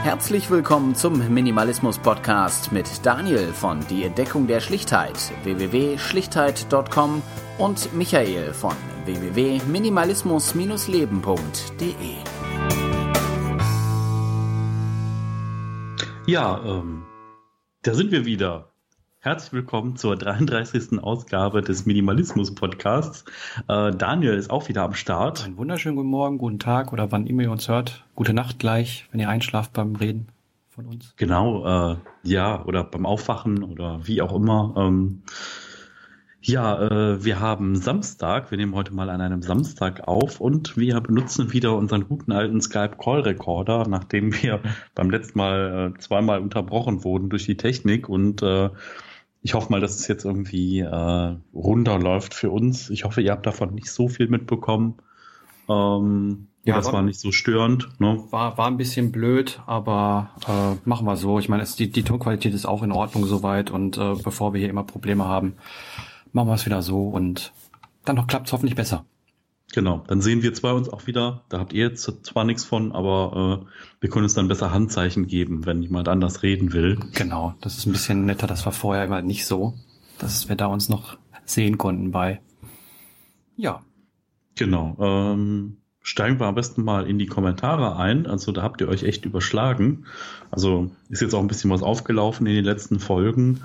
Herzlich willkommen zum Minimalismus-Podcast mit Daniel von Die Entdeckung der Schlichtheit www.schlichtheit.com und Michael von www.minimalismus-leben.de. Ja, da sind wir wieder. Herzlich willkommen zur 33. Ausgabe des Minimalismus-Podcasts. Daniel ist auch wieder am Start. Einen wunderschönen guten Morgen, guten Tag oder wann immer ihr uns hört. Gute Nacht gleich, wenn ihr einschlaft beim Reden von uns. Genau, ja, oder beim Aufwachen oder wie auch immer. Wir haben Samstag, wir nehmen heute mal an einem Samstag auf und wir benutzen wieder unseren guten alten Skype-Call-Recorder, nachdem wir beim letzten Mal zweimal unterbrochen wurden durch die Technik und ich hoffe mal, dass es jetzt irgendwie runterläuft für uns. Ich hoffe, ihr habt davon nicht so viel mitbekommen. Das war nicht so störend. Ne? War ein bisschen blöd, aber machen wir so. Ich meine, die Tonqualität ist auch in Ordnung soweit und bevor wir hier immer Probleme haben, machen wir es wieder so und dann klappt es hoffentlich besser. Genau, dann sehen wir zwei uns auch wieder. Da habt ihr jetzt zwar nichts von, aber wir können uns dann besser Handzeichen geben, wenn jemand anders reden will. Genau, das ist ein bisschen netter. Das war vorher immer nicht so, dass wir da uns noch sehen konnten bei. Ja. Genau. Steigen wir am besten mal in die Kommentare ein. Also da habt ihr euch echt überschlagen. Also ist jetzt auch ein bisschen was aufgelaufen in den letzten Folgen.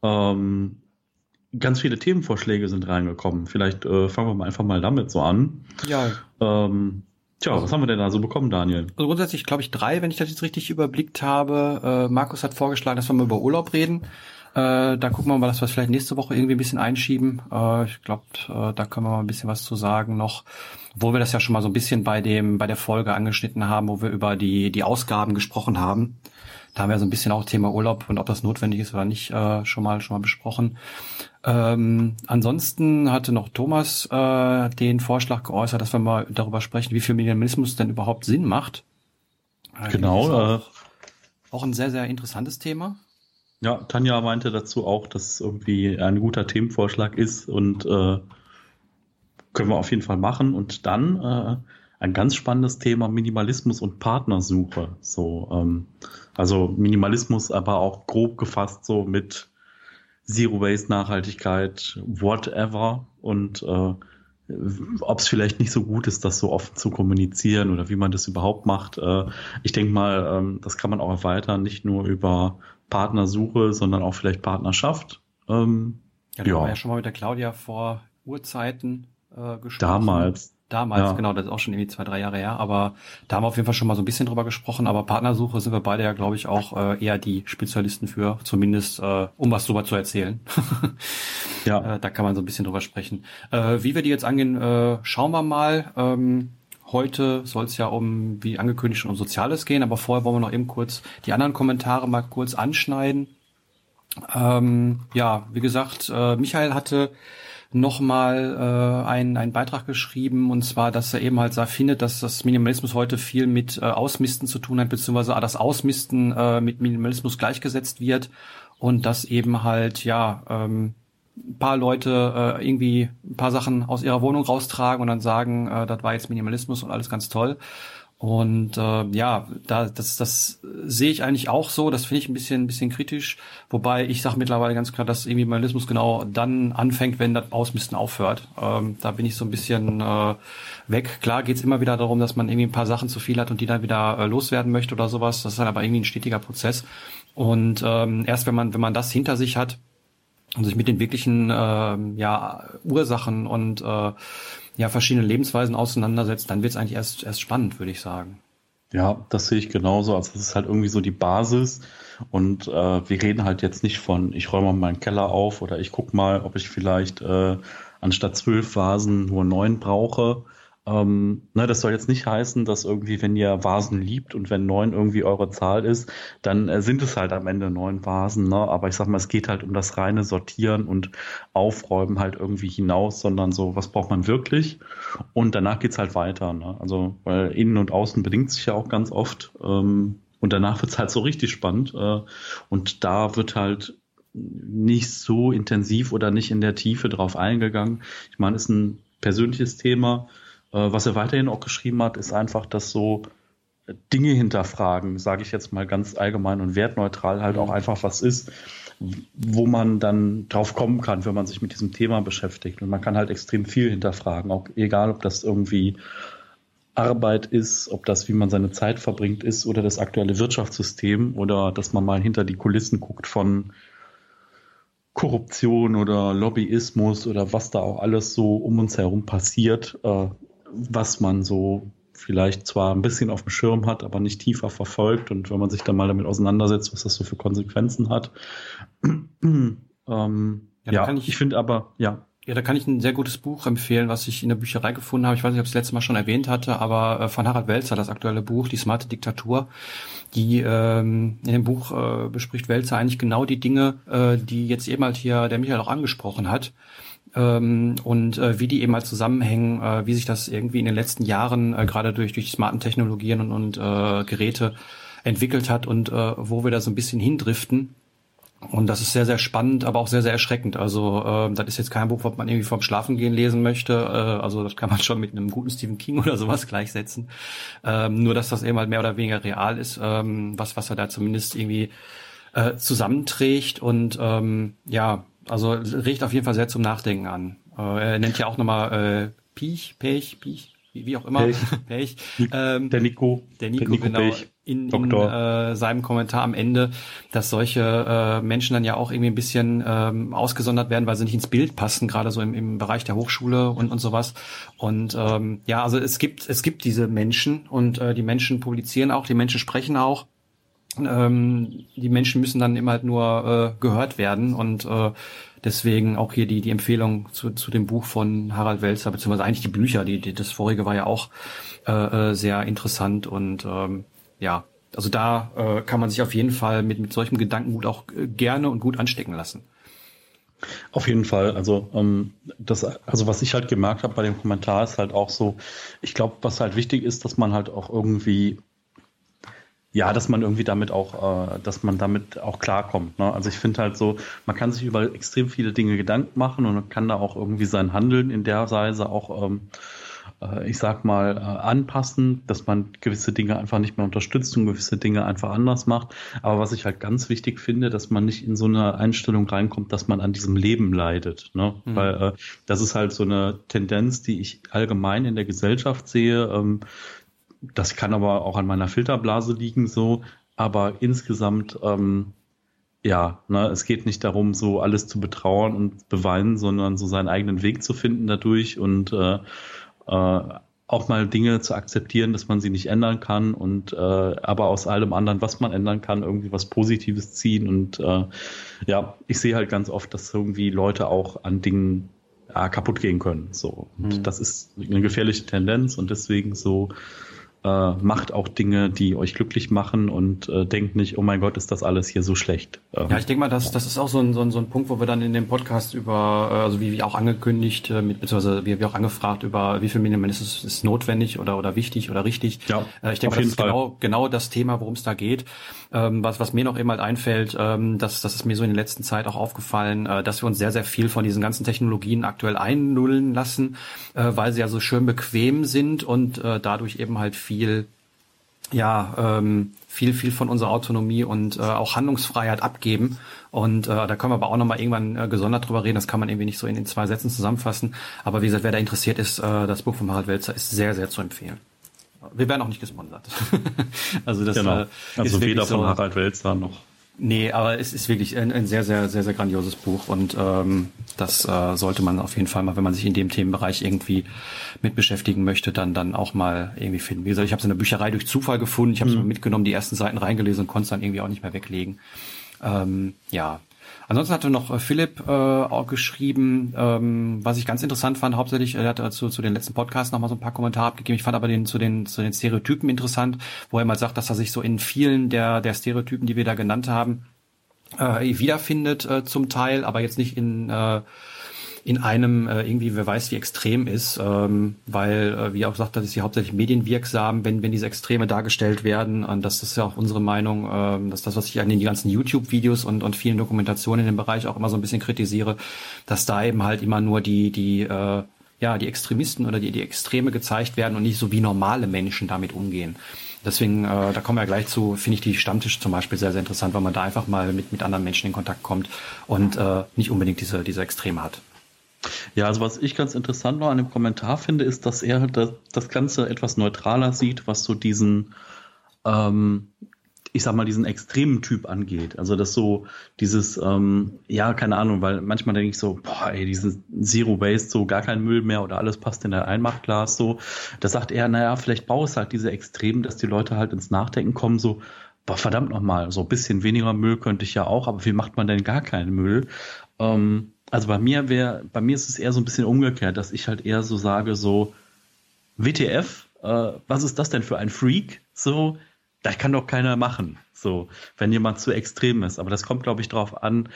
Ganz viele Themenvorschläge sind reingekommen. Vielleicht fangen wir mal einfach mal damit so an. Ja. Was haben wir denn da so bekommen, Daniel? Also grundsätzlich glaube ich 3, wenn ich das jetzt richtig überblickt habe. Markus hat vorgeschlagen, dass wir mal über Urlaub reden. Da gucken wir mal, dass wir es vielleicht nächste Woche irgendwie ein bisschen einschieben. Ich glaube, da können wir mal ein bisschen was zu sagen noch. Wo wir das ja schon mal so ein bisschen bei der Folge angeschnitten haben, wo wir über die Ausgaben gesprochen haben. Da haben wir so ein bisschen auch Thema Urlaub und ob das notwendig ist oder nicht schon mal besprochen. Ansonsten hatte noch Thomas den Vorschlag geäußert, dass wir mal darüber sprechen, wie viel Minimalismus denn überhaupt Sinn macht. Genau. Auch ein sehr, sehr interessantes Thema. Ja, Tanja meinte dazu auch, dass es irgendwie ein guter Themenvorschlag ist und können wir auf jeden Fall machen. Und dann ein ganz spannendes Thema, Minimalismus und Partnersuche. Also Minimalismus, aber auch grob gefasst so mit Zero Waste, Nachhaltigkeit, whatever. Und ob es vielleicht nicht so gut ist, das so offen zu kommunizieren oder wie man das überhaupt macht. Ich denke mal, das kann man auch erweitern, nicht nur über Partnersuche, sondern auch vielleicht Partnerschaft. Da haben wir ja schon mal mit der Claudia vor Urzeiten gesprochen. Damals, ja. Genau, das ist auch schon irgendwie 2-3 Jahre her, aber da haben wir auf jeden Fall schon mal so ein bisschen drüber gesprochen, aber Partnersuche sind wir beide ja, glaube ich, auch eher die Spezialisten für, zumindest um was drüber zu erzählen. Ja. Da kann man so ein bisschen drüber sprechen. Wie wir die jetzt angehen, schauen wir mal. Heute soll es ja wie angekündigt, schon um Soziales gehen, aber vorher wollen wir noch eben kurz die anderen Kommentare mal kurz anschneiden. Wie gesagt, Michael hatte nochmal einen Beitrag geschrieben, und zwar, dass er eben halt findet, dass das Minimalismus heute viel mit Ausmisten zu tun hat, beziehungsweise das Ausmisten mit Minimalismus gleichgesetzt wird und dass eben halt ein paar Leute irgendwie ein paar Sachen aus ihrer Wohnung raustragen und dann sagen, das war jetzt Minimalismus und alles ganz toll. Und das sehe ich eigentlich auch so, das finde ich ein bisschen kritisch, wobei ich sage mittlerweile ganz klar, dass irgendwie Minimalismus genau dann anfängt, wenn das Ausmisten aufhört. Da bin ich so ein bisschen weg. Klar geht's immer wieder darum, dass man irgendwie ein paar Sachen zu viel hat und die dann wieder loswerden möchte oder sowas. Das ist dann aber irgendwie ein stetiger Prozess. Und erst wenn man das hinter sich hat und sich mit den wirklichen Ursachen und verschiedene Lebensweisen auseinandersetzt, dann wird es eigentlich erst spannend, würde ich sagen. Ja, das sehe ich genauso. Also das ist halt irgendwie so die Basis und wir reden halt jetzt nicht von, ich räume mal meinen Keller auf oder ich gucke mal, ob ich vielleicht anstatt 12 Vasen nur 9 brauche. Das soll jetzt nicht heißen, dass irgendwie, wenn ihr Vasen liebt und wenn 9 irgendwie eure Zahl ist, dann sind es halt am Ende 9 Vasen. Ne? Aber ich sag mal, es geht halt um das reine Sortieren und Aufräumen halt irgendwie hinaus, sondern so, was braucht man wirklich? Und danach geht's halt weiter. Ne? Also, weil innen und außen bedingt sich ja auch ganz oft. Und danach wird's halt so richtig spannend. Und da wird halt nicht so intensiv oder nicht in der Tiefe drauf eingegangen. Ich meine, ist ein persönliches Thema. Was er weiterhin auch geschrieben hat, ist einfach, dass so Dinge hinterfragen, sage ich jetzt mal ganz allgemein und wertneutral, halt auch einfach was ist, wo man dann drauf kommen kann, wenn man sich mit diesem Thema beschäftigt. Und man kann halt extrem viel hinterfragen, auch egal, ob das irgendwie Arbeit ist, ob das, wie man seine Zeit verbringt, ist oder das aktuelle Wirtschaftssystem oder dass man mal hinter die Kulissen guckt von Korruption oder Lobbyismus oder was da auch alles so um uns herum passiert, was man so vielleicht zwar ein bisschen auf dem Schirm hat, aber nicht tiefer verfolgt. Und wenn man sich dann mal damit auseinandersetzt, was das so für Konsequenzen hat. Ich finde aber, ja. Ja, da kann ich ein sehr gutes Buch empfehlen, was ich in der Bücherei gefunden habe. Ich weiß nicht, ob ich es letztes Mal schon erwähnt hatte, aber von Harald Welzer, das aktuelle Buch, Die smarte Diktatur. In dem Buch bespricht Welzer eigentlich genau die Dinge, die jetzt eben halt hier der Michael auch angesprochen hat. Und wie die eben halt zusammenhängen, wie sich das irgendwie in den letzten Jahren gerade durch die smarten Technologien und Geräte entwickelt hat und wo wir da so ein bisschen hindriften. Und das ist sehr, sehr spannend, aber auch sehr, sehr erschreckend. Also das ist jetzt kein Buch, was man irgendwie vorm Schlafengehen lesen möchte. Also das kann man schon mit einem guten Stephen King oder sowas gleichsetzen. Nur, dass das eben halt mehr oder weniger real ist, was er da zumindest irgendwie zusammenträgt. Und also regt auf jeden Fall sehr zum Nachdenken an. Er nennt ja auch nochmal Piech, wie auch immer. Pech. Der Nico genau. Pech. In seinem Kommentar am Ende, dass solche Menschen dann ja auch irgendwie ein bisschen ausgesondert werden, weil sie nicht ins Bild passen, gerade so im Bereich der Hochschule und sowas. Und also es gibt diese Menschen und die Menschen publizieren auch, die Menschen sprechen auch. Die Menschen müssen dann immer halt nur gehört werden und deswegen auch hier die Empfehlung zu dem Buch von Harald Welzer, beziehungsweise eigentlich die Bücher, das vorige war ja auch sehr interessant und also da kann man sich auf jeden Fall mit solchem Gedankengut auch gerne und gut anstecken lassen. Auf jeden Fall. Also was ich halt gemerkt habe bei dem Kommentar ist halt auch so, ich glaube, was halt wichtig ist, dass man halt auch irgendwie dass man irgendwie damit auch, klarkommt. Ne? Also ich finde halt so, man kann sich über extrem viele Dinge Gedanken machen und man kann da auch irgendwie sein Handeln in der Weise auch, anpassen, dass man gewisse Dinge einfach nicht mehr unterstützt und gewisse Dinge einfach anders macht. Aber was ich halt ganz wichtig finde, dass man nicht in so eine Einstellung reinkommt, dass man an diesem Leben leidet. Ne? Mhm. Weil das ist halt so eine Tendenz, die ich allgemein in der Gesellschaft sehe. Das kann aber auch an meiner Filterblase liegen, so. Aber insgesamt, es geht nicht darum, so alles zu betrauern und beweinen, sondern so seinen eigenen Weg zu finden dadurch und auch mal Dinge zu akzeptieren, dass man sie nicht ändern kann und aber aus allem anderen, was man ändern kann, irgendwie was Positives ziehen. Und ich sehe halt ganz oft, dass irgendwie Leute auch an Dingen kaputt gehen können. So. Und das ist eine gefährliche Tendenz und deswegen so macht auch Dinge, die euch glücklich machen und denkt nicht, oh mein Gott, ist das alles hier so schlecht. Ich denke mal, das ist auch so ein Punkt, wo wir dann in dem Podcast über, also wie auch angekündigt, beziehungsweise wie auch angefragt, über wie viel Minimalismus ist notwendig oder wichtig oder richtig. Ja, ich denke mal, das ist genau das Thema, worum es da geht. Was mir noch eben halt einfällt, das ist mir so in der letzten Zeit auch aufgefallen, dass wir uns sehr, sehr viel von diesen ganzen Technologien aktuell einnullen lassen, weil sie ja so schön bequem sind und dadurch eben halt viel von unserer Autonomie und auch Handlungsfreiheit abgeben. Und da können wir aber auch nochmal irgendwann gesondert drüber reden. Das kann man irgendwie nicht so in 2 Sätzen zusammenfassen. Aber wie gesagt, wer da interessiert ist, das Buch von Harald Welzer ist sehr, sehr zu empfehlen. Wir werden auch nicht gesponsert. Also das ist weder von Harald Welzer noch. Nee, aber es ist wirklich ein sehr, sehr, sehr, sehr grandioses Buch und das sollte man auf jeden Fall mal, wenn man sich in dem Themenbereich irgendwie mit beschäftigen möchte, dann auch mal irgendwie finden. Wie gesagt, ich habe es in der Bücherei durch Zufall gefunden, ich habe es mal mitgenommen, die ersten Seiten reingelesen und konnte es dann irgendwie auch nicht mehr weglegen. Ansonsten hatte noch Philipp auch geschrieben, was ich ganz interessant fand, hauptsächlich, er hat zu den letzten Podcasts noch mal so ein paar Kommentare abgegeben. Ich fand aber zu den Stereotypen interessant, wo er mal sagt, dass er sich so in vielen der Stereotypen, die wir da genannt haben, wiederfindet zum Teil, aber jetzt nicht in einem irgendwie, wer weiß, wie extrem ist, weil, wie er auch sagt, das ist ja hauptsächlich medienwirksam, wenn diese Extreme dargestellt werden. Und das ist ja auch unsere Meinung, dass das, was ich an den ganzen YouTube-Videos und vielen Dokumentationen in dem Bereich auch immer so ein bisschen kritisiere, dass da eben halt immer nur die die Extremisten oder die Extreme gezeigt werden und nicht so wie normale Menschen damit umgehen. Deswegen, da kommen wir gleich zu, finde ich die Stammtisch zum Beispiel sehr, sehr interessant, weil man da einfach mal mit anderen Menschen in Kontakt kommt und nicht unbedingt diese Extreme hat. Ja, also was ich ganz interessant noch an dem Kommentar finde, ist, dass er das Ganze etwas neutraler sieht, was so diesen, ich sag mal, diesen extremen Typ angeht. Also das so dieses, keine Ahnung, weil manchmal denke ich so, dieses Zero Waste, so gar kein Müll mehr oder alles passt in ein Einmachglas, so. Da sagt er, naja, vielleicht baue es halt diese Extremen, dass die Leute halt ins Nachdenken kommen, so, verdammt nochmal, so ein bisschen weniger Müll könnte ich ja auch, aber wie macht man denn gar keinen Müll? Also bei mir ist es eher so ein bisschen umgekehrt, dass ich halt eher so sage, so, WTF, was ist das denn für ein Freak? So, das kann doch keiner machen, so, wenn jemand zu extrem ist. Aber das kommt, glaube ich, drauf an,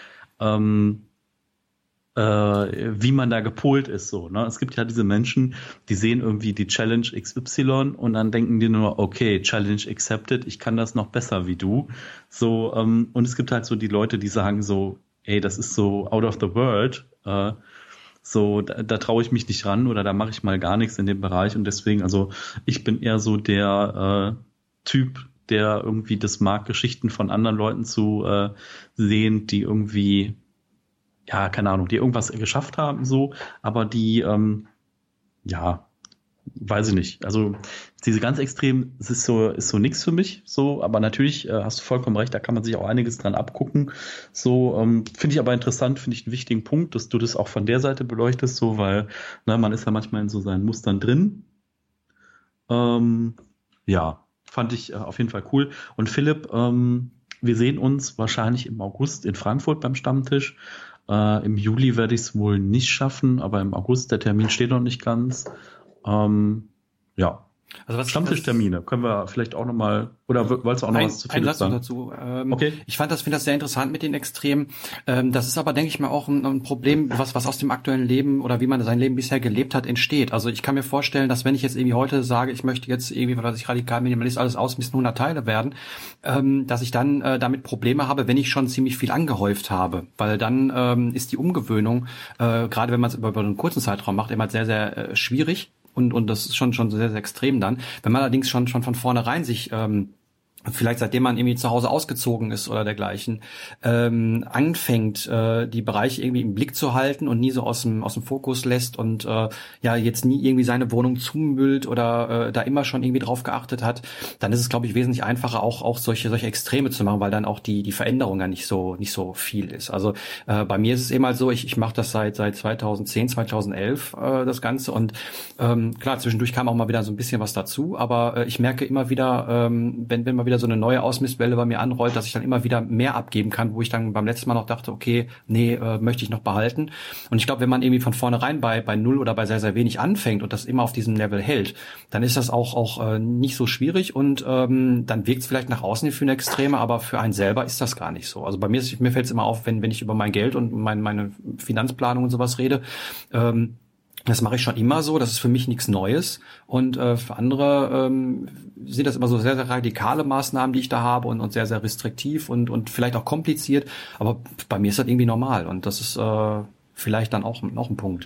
wie man da gepolt ist, so, ne? Es gibt ja diese Menschen, die sehen irgendwie die Challenge XY und dann denken die nur, okay, Challenge accepted, ich kann das noch besser wie du. So, und es gibt halt so die Leute, die sagen so, ey, das ist so out of the world, so, da traue ich mich nicht ran oder da mache ich mal gar nichts in dem Bereich und deswegen, also ich bin eher so der Typ, der irgendwie das mag, Geschichten von anderen Leuten zu sehen, die irgendwie, ja, keine Ahnung, die irgendwas geschafft haben, so, aber die, weiß ich nicht. Also diese ganz extrem, es ist so nix für mich, so, aber natürlich hast du vollkommen recht, da kann man sich auch einiges dran abgucken. So, finde ich aber interessant, finde ich einen wichtigen Punkt, dass du das auch von der Seite beleuchtest, so, weil, man ist ja manchmal in so seinen Mustern drin. Fand ich auf jeden Fall cool. Und Philipp, wir sehen uns wahrscheinlich im August in Frankfurt beim Stammtisch. Im Juli werde ich es wohl nicht schaffen, aber im August, der Termin steht noch nicht ganz. Also Stammtischtermine können wir vielleicht auch nochmal, oder wolltest du auch noch was zu Philipp sagen? Dazu. Okay. Ich finde das sehr interessant mit den Extremen. Das ist aber, denke ich mal, auch ein Problem, was aus dem aktuellen Leben oder wie man sein Leben bisher gelebt hat, entsteht. Also ich kann mir vorstellen, dass wenn ich jetzt irgendwie heute sage, ich möchte jetzt irgendwie, was ich radikal Minimalist alles ausmisten, 100 Teile werden, dass ich dann damit Probleme habe, wenn ich schon ziemlich viel angehäuft habe. Weil dann ist die Umgewöhnung, gerade wenn man es über einen kurzen Zeitraum macht, immer sehr, sehr schwierig. Und das ist schon sehr, sehr extrem dann. Wenn man allerdings schon von vornherein sich vielleicht seitdem man irgendwie zu Hause ausgezogen ist oder dergleichen, anfängt, die Bereiche irgendwie im Blick zu halten und nie so aus dem Fokus lässt und jetzt nie irgendwie seine Wohnung zumüllt oder da immer schon irgendwie drauf geachtet hat, dann ist es, glaube ich, wesentlich einfacher, auch solche Extreme zu machen, weil dann auch die Veränderung ja nicht so viel ist. Also bei mir ist es eben halt so, ich mache das seit 2010, 2011 das Ganze und klar, zwischendurch kam auch mal wieder so ein bisschen was dazu, aber ich merke immer wieder, wenn mal wieder so eine neue Ausmistwelle bei mir anrollt, dass ich dann immer wieder mehr abgeben kann, wo ich dann beim letzten Mal noch dachte, okay, möchte ich noch behalten. Und ich glaube, wenn man irgendwie von vornherein bei null oder bei sehr, sehr wenig anfängt und das immer auf diesem Level hält, dann ist das auch nicht so schwierig und dann wirkt es vielleicht nach außen hin für eine Extreme, aber für einen selber ist das gar nicht so. Also bei mir fällt es immer auf, wenn ich über mein Geld und meine Finanzplanung und sowas rede, das mache ich schon immer so, das ist für mich nichts Neues und für andere sind das immer so sehr, sehr radikale Maßnahmen, die ich da habe und sehr, sehr restriktiv und vielleicht auch kompliziert, aber bei mir ist das irgendwie normal und das ist vielleicht dann auch ein Punkt.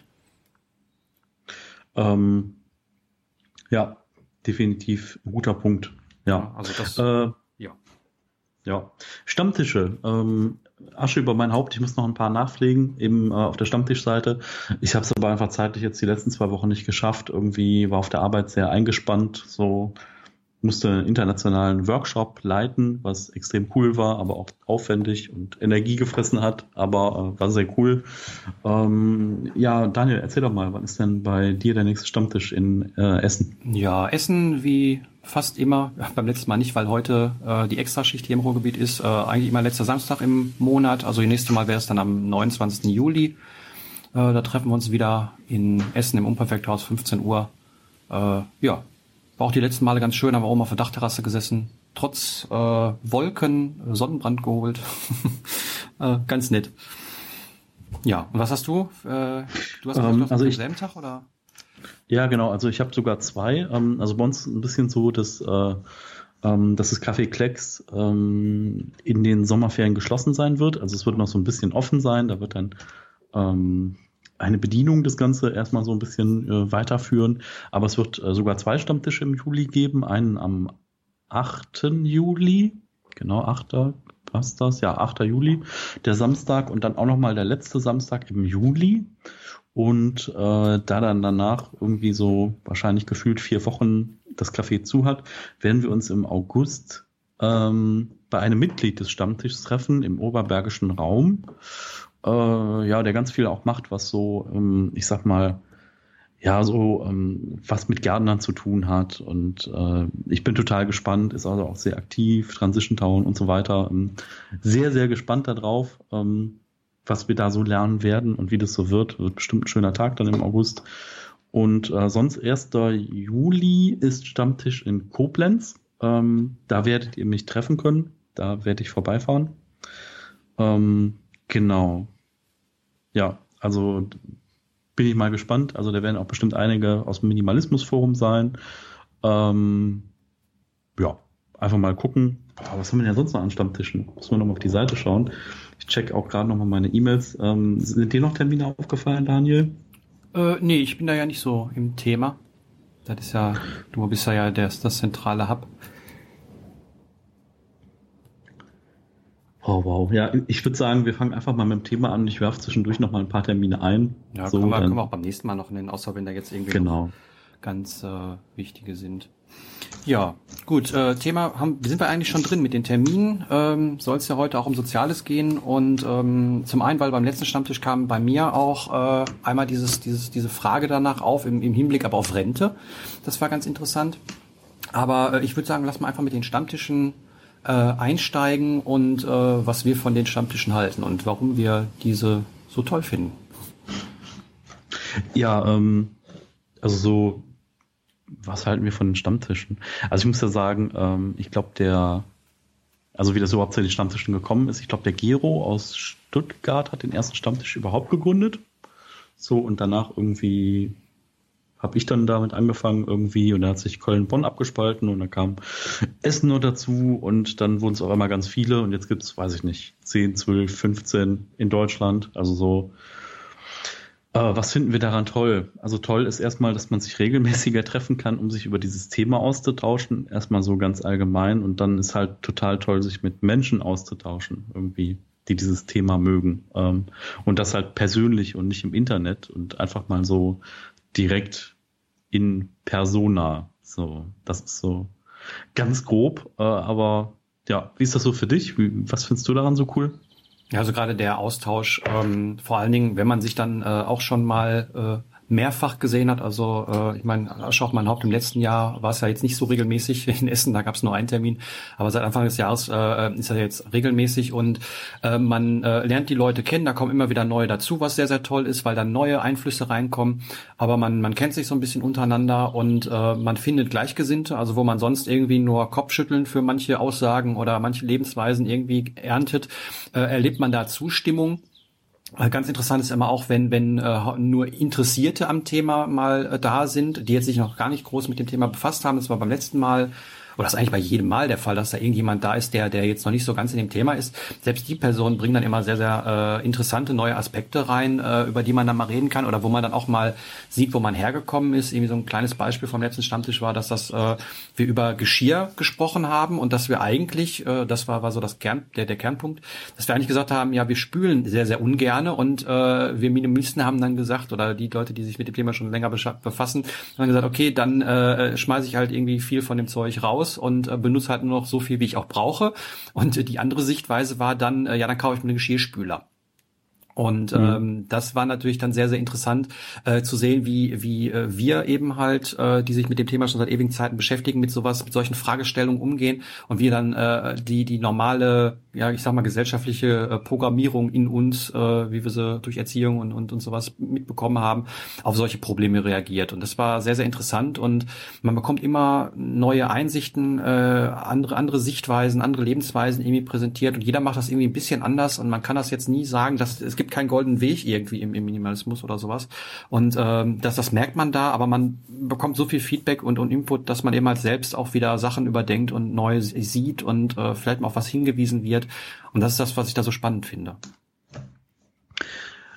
Ja, definitiv ein guter Punkt. Ja, also das, ja. Stammtische, Asche über mein Haupt, ich muss noch ein paar nachpflegen, eben auf der Stammtischseite. Ich habe es aber einfach zeitlich jetzt die letzten 2 Wochen nicht geschafft. Irgendwie war auf der Arbeit sehr eingespannt, so musste einen internationalen Workshop leiten, was extrem cool war, aber auch aufwendig und Energie gefressen hat, aber war sehr cool. Daniel, erzähl doch mal, wann ist denn bei dir der nächste Stammtisch in Essen? Ja, Essen wie fast immer, beim letzten Mal nicht, weil heute die Extraschicht hier im Ruhrgebiet ist, eigentlich immer letzter Samstag im Monat, also das nächste Mal wäre es dann am 29. Juli. Da treffen wir uns wieder in Essen im Unperfekthaus, 15 Uhr. War auch die letzten Male ganz schön, haben wir auch mal auf der Dachterrasse gesessen. Trotz Wolken, Sonnenbrand geholt. Ganz nett. Ja, und was hast du? Du hast am selben Tag, oder? Ja, genau. Also ich habe sogar 2. Also bei uns ein bisschen so, dass das Café Klecks in den Sommerferien geschlossen sein wird. Also es wird noch so ein bisschen offen sein. Da wird dann eine Bedienung das Ganze erstmal so ein bisschen weiterführen. Aber es wird sogar 2 Stammtische im Juli geben. Einen am 8. Juli, genau, 8. Passt das? Ja, 8. Juli, der Samstag und dann auch nochmal der letzte Samstag im Juli. Und da dann danach irgendwie so wahrscheinlich gefühlt 4 Wochen das Café zu hat, werden wir uns im August bei einem Mitglied des Stammtischs treffen im oberbergischen Raum. Der ganz viel auch macht, was so, ich sag mal, was mit Gärtnern zu tun hat. Und ich bin total gespannt, ist also auch sehr aktiv, Transition Town und so weiter. Sehr, sehr gespannt darauf, was wir da so lernen werden und wie das so wird. Wird bestimmt ein schöner Tag dann im August. Und sonst 1. Juli ist Stammtisch in Koblenz. Da werdet ihr mich treffen können. Da werde ich vorbeifahren. Genau. Ja, also bin ich mal gespannt. Also da werden auch bestimmt einige aus dem Minimalismus-Forum sein. Einfach mal gucken. Was haben wir denn sonst noch an Stammtischen? Müssen wir nochmal auf die Seite schauen. Ich check auch gerade nochmal meine E-Mails. Sind dir noch Termine aufgefallen, Daniel? Nee, ich bin da ja nicht so im Thema. Das ist ja, du bist ja das zentrale Hub. Oh, wow. Ja, ich würde sagen, wir fangen einfach mal mit dem Thema an. Ich werfe zwischendurch noch mal ein paar Termine ein. Ja, können wir auch beim nächsten Mal noch nennen, außer wenn da jetzt irgendwie noch ganz wichtige sind. Ja, gut. Thema sind wir eigentlich schon drin mit den Terminen. Soll es ja heute auch um Soziales gehen und zum einen, weil beim letzten Stammtisch kam bei mir auch einmal diese Frage danach auf im Hinblick aber auf Rente. Das war ganz interessant. Aber ich würde sagen, lass mal einfach mit den Stammtischen einsteigen und was wir von den Stammtischen halten und warum wir diese so toll finden. Ja, also so, was halten wir von den Stammtischen? Also ich muss ja sagen, ich glaube wie das überhaupt zu den Stammtischen gekommen ist, ich glaube der Gero aus Stuttgart hat den ersten Stammtisch überhaupt gegründet. So, und danach irgendwie habe ich dann damit angefangen irgendwie und da hat sich Köln-Bonn abgespalten und dann kam Essen noch dazu und dann wurden es auch immer ganz viele und jetzt gibt es, weiß ich nicht, 10, 12, 15 in Deutschland. Also so, was finden wir daran toll? Also toll ist erstmal, dass man sich regelmäßiger treffen kann, um sich über dieses Thema auszutauschen. Erstmal so ganz allgemein und dann ist halt total toll, sich mit Menschen auszutauschen irgendwie, die dieses Thema mögen. Und das halt persönlich und nicht im Internet und einfach mal so direkt in Persona. So, das ist so ganz grob. Aber ja, wie ist das so für dich? Was findest du daran so cool? Ja, also gerade der Austausch, vor allen Dingen, wenn man sich dann auch schon mal mehrfach gesehen hat. Also ich meine, Asche auf mein Haupt, im letzten Jahr war es ja jetzt nicht so regelmäßig in Essen, da gab es nur einen Termin. Aber seit Anfang des Jahres ist er jetzt regelmäßig und man lernt die Leute kennen, da kommen immer wieder neue dazu, was sehr, sehr toll ist, weil dann neue Einflüsse reinkommen. Aber man kennt sich so ein bisschen untereinander und man findet Gleichgesinnte, also wo man sonst irgendwie nur Kopfschütteln für manche Aussagen oder manche Lebensweisen irgendwie erntet, erlebt man da Zustimmung. Ganz interessant ist immer auch, wenn nur Interessierte am Thema mal da sind, die jetzt sich noch gar nicht groß mit dem Thema befasst haben. Das war beim letzten Mal, oder das ist eigentlich bei jedem Mal der Fall, dass da irgendjemand da ist, der jetzt noch nicht so ganz in dem Thema ist. Selbst die Personen bringen dann immer sehr, sehr interessante neue Aspekte rein, über die man dann mal reden kann oder wo man dann auch mal sieht, wo man hergekommen ist. Irgendwie so ein kleines Beispiel vom letzten Stammtisch war, dass wir über Geschirr gesprochen haben und dass wir eigentlich, das war so der Kernpunkt, dass wir eigentlich gesagt haben, ja, wir spülen sehr, sehr ungerne und wir Minimalisten haben dann gesagt, oder die Leute, die sich mit dem Thema schon länger befassen, haben dann gesagt, okay, dann schmeiße ich halt irgendwie viel von dem Zeug raus und benutze halt nur noch so viel, wie ich auch brauche. Und die andere Sichtweise war dann, dann kaufe ich mir einen Geschirrspüler. Und das war natürlich dann sehr, sehr interessant zu sehen, wie wir eben halt, die sich mit dem Thema schon seit ewigen Zeiten beschäftigen, mit solchen Fragestellungen umgehen und wir dann die normale, ja, ich sag mal, gesellschaftliche Programmierung in uns, wie wir sie durch Erziehung und sowas mitbekommen haben, auf solche Probleme reagiert. Und das war sehr, sehr interessant und man bekommt immer neue Einsichten, andere Sichtweisen, andere Lebensweisen irgendwie präsentiert und jeder macht das irgendwie ein bisschen anders und man kann das jetzt nie sagen, dass es gibt keinen goldenen Weg irgendwie im Minimalismus oder sowas. Und das merkt man da, aber man bekommt so viel Feedback und Input, dass man eben halt selbst auch wieder Sachen überdenkt und neu sieht und vielleicht mal auf was hingewiesen wird. Und das ist das, was ich da so spannend finde.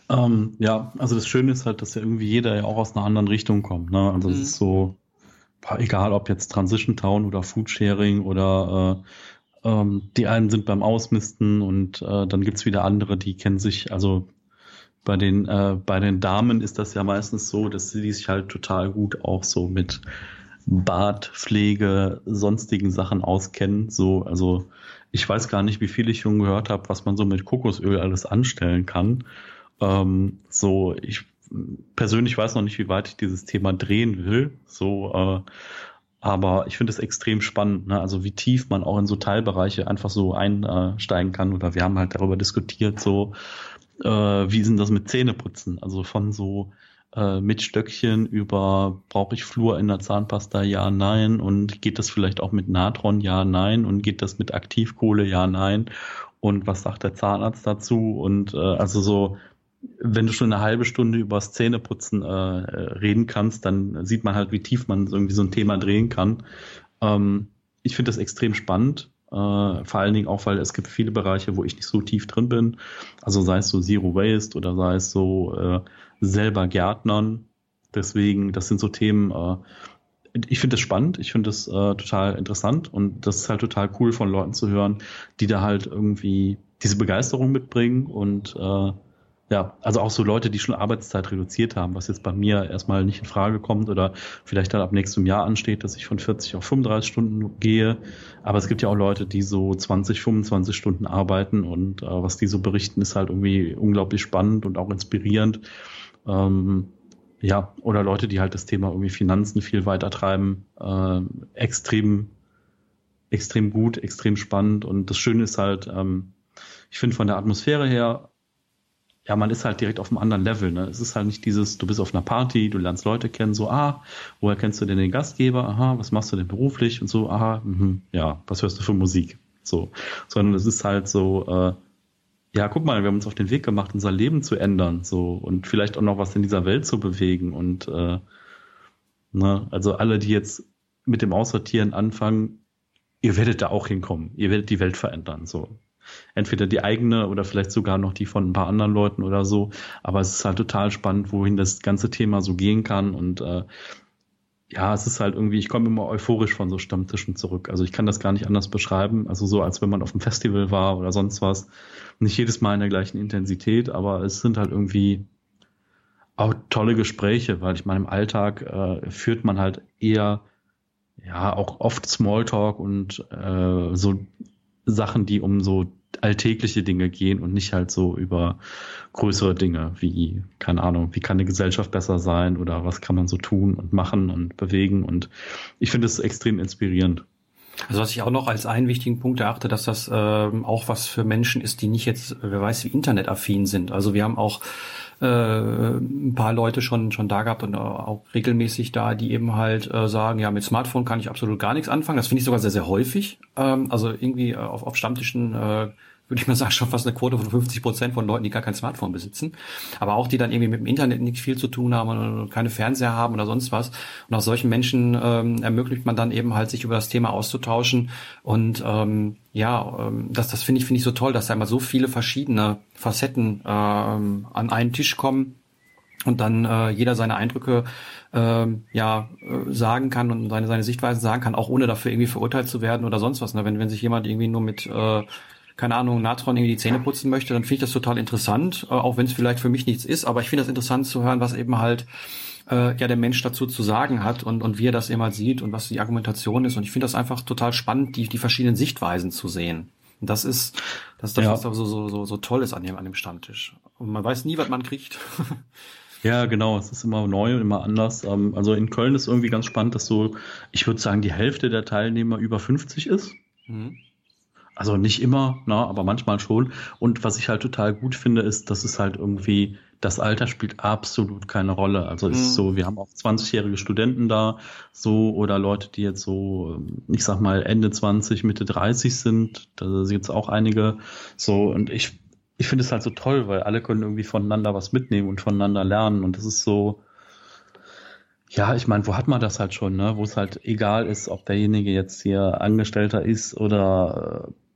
Ja, also das Schöne ist halt, dass ja irgendwie jeder ja auch aus einer anderen Richtung kommt, ne? Also es ist so, egal ob jetzt Transition Town oder Foodsharing oder die einen sind beim Ausmisten und dann gibt's wieder andere, die kennen sich, also bei den Damen ist das ja meistens so, dass sie sich halt total gut auch so mit Bartpflege, sonstigen Sachen auskennen. So, also ich weiß gar nicht, wie viel ich schon gehört habe, was man so mit Kokosöl alles anstellen kann. So, ich persönlich weiß noch nicht, wie weit ich dieses Thema drehen will. So, aber ich finde es extrem spannend, ne? Also wie tief man auch in so Teilbereiche einfach so einsteigen kann. Oder wir haben halt darüber diskutiert, so wie sind das mit Zähneputzen? Also von so mit Stöckchen über, brauche ich Fluor in der Zahnpasta? Ja, nein. Und geht das vielleicht auch mit Natron? Ja, nein. Und geht das mit Aktivkohle? Ja, nein. Und was sagt der Zahnarzt dazu? Und also so, wenn du schon eine halbe Stunde übers Zähneputzen reden kannst, dann sieht man halt, wie tief man irgendwie so ein Thema drehen kann. Ich finde das extrem spannend. Vor allen Dingen auch, weil es gibt viele Bereiche, wo ich nicht so tief drin bin. Also sei es so Zero Waste oder sei es so selber Gärtnern. Deswegen, das sind so Themen, ich finde das spannend, ich finde das total interessant und das ist halt total cool von Leuten zu hören, die da halt irgendwie diese Begeisterung mitbringen und ja, also auch so Leute, die schon Arbeitszeit reduziert haben, was jetzt bei mir erstmal nicht in Frage kommt oder vielleicht dann ab nächstem Jahr ansteht, dass ich von 40 auf 35 Stunden gehe. Aber es gibt ja auch Leute, die so 20, 25 Stunden arbeiten und was die so berichten, ist halt irgendwie unglaublich spannend und auch inspirierend. Ja, oder Leute, die halt das Thema irgendwie Finanzen viel weiter treiben. Extrem gut, extrem spannend. Und das Schöne ist halt, ich finde von der Atmosphäre her, ja, man ist halt direkt auf einem anderen Level, ne? Es ist halt nicht dieses, du bist auf einer Party, du lernst Leute kennen, so, woher kennst du denn den Gastgeber? Aha, was machst du denn beruflich? Und so, ja, was hörst du für Musik? So, sondern es ist halt so, ja, guck mal, wir haben uns auf den Weg gemacht, unser Leben zu ändern, so, und vielleicht auch noch was in dieser Welt zu bewegen und, ne, also alle, die jetzt mit dem Aussortieren anfangen, ihr werdet da auch hinkommen, ihr werdet die Welt verändern, so. Entweder die eigene oder vielleicht sogar noch die von ein paar anderen Leuten oder so. Aber es ist halt total spannend, wohin das ganze Thema so gehen kann. Und ja, es ist halt irgendwie, ich komme immer euphorisch von so Stammtischen zurück. Also ich kann das gar nicht anders beschreiben. Also so, als wenn man auf einem Festival war oder sonst was. Nicht jedes Mal in der gleichen Intensität, aber es sind halt irgendwie auch tolle Gespräche, weil ich meine, im Alltag führt man halt eher, ja, auch oft Smalltalk und so Sachen, die um so alltägliche Dinge gehen und nicht halt so über größere Dinge wie, keine Ahnung, wie kann eine Gesellschaft besser sein oder was kann man so tun und machen und bewegen und ich finde es extrem inspirierend. Also was ich auch noch als einen wichtigen Punkt erachte, dass das auch was für Menschen ist, die nicht jetzt, wer weiß, wie internetaffin sind. Also wir haben auch ein paar Leute schon da gehabt und auch regelmäßig da, die eben halt sagen, ja, mit Smartphone kann ich absolut gar nichts anfangen. Das finde ich sogar sehr, sehr häufig. Also irgendwie auf Stammtischen würde ich mal sagen, schon fast eine Quote von 50% von Leuten, die gar kein Smartphone besitzen. Aber auch die dann irgendwie mit dem Internet nicht viel zu tun haben oder keine Fernseher haben oder sonst was. Und auch solchen Menschen ermöglicht man dann eben halt, sich über das Thema auszutauschen. Und das finde ich so toll, dass da immer so viele verschiedene Facetten an einen Tisch kommen und dann jeder seine Eindrücke sagen kann und seine Sichtweisen sagen kann, auch ohne dafür irgendwie verurteilt zu werden oder sonst was. Ne? Wenn sich jemand irgendwie nur mit keine Ahnung, Natron irgendwie die Zähne putzen möchte, dann finde ich das total interessant, auch wenn es vielleicht für mich nichts ist, aber ich finde das interessant zu hören, was eben halt der Mensch dazu zu sagen hat und wie er das eben halt sieht und was die Argumentation ist und ich finde das einfach total spannend, die verschiedenen Sichtweisen zu sehen. Und das ist das, ja, was so toll ist an dem Stammtisch. Und man weiß nie, was man kriegt. Ja, genau, es ist immer neu und immer anders. Also in Köln ist irgendwie ganz spannend, dass so, ich würde sagen, die Hälfte der Teilnehmer über 50 ist. Mhm. Also nicht immer, aber manchmal schon. Und was ich halt total gut finde, ist, dass es halt irgendwie, das Alter spielt absolut keine Rolle. Also es ist so, wir haben auch 20-jährige Studenten da, so, oder Leute, die jetzt so, ich sag mal, Ende 20, Mitte 30 sind. Da sind jetzt auch einige so. Und ich finde es halt so toll, weil alle können irgendwie voneinander was mitnehmen und voneinander lernen. Und das ist so, ja, ich meine, wo hat man das halt schon, ne? Wo es halt egal ist, ob derjenige jetzt hier Angestellter ist oder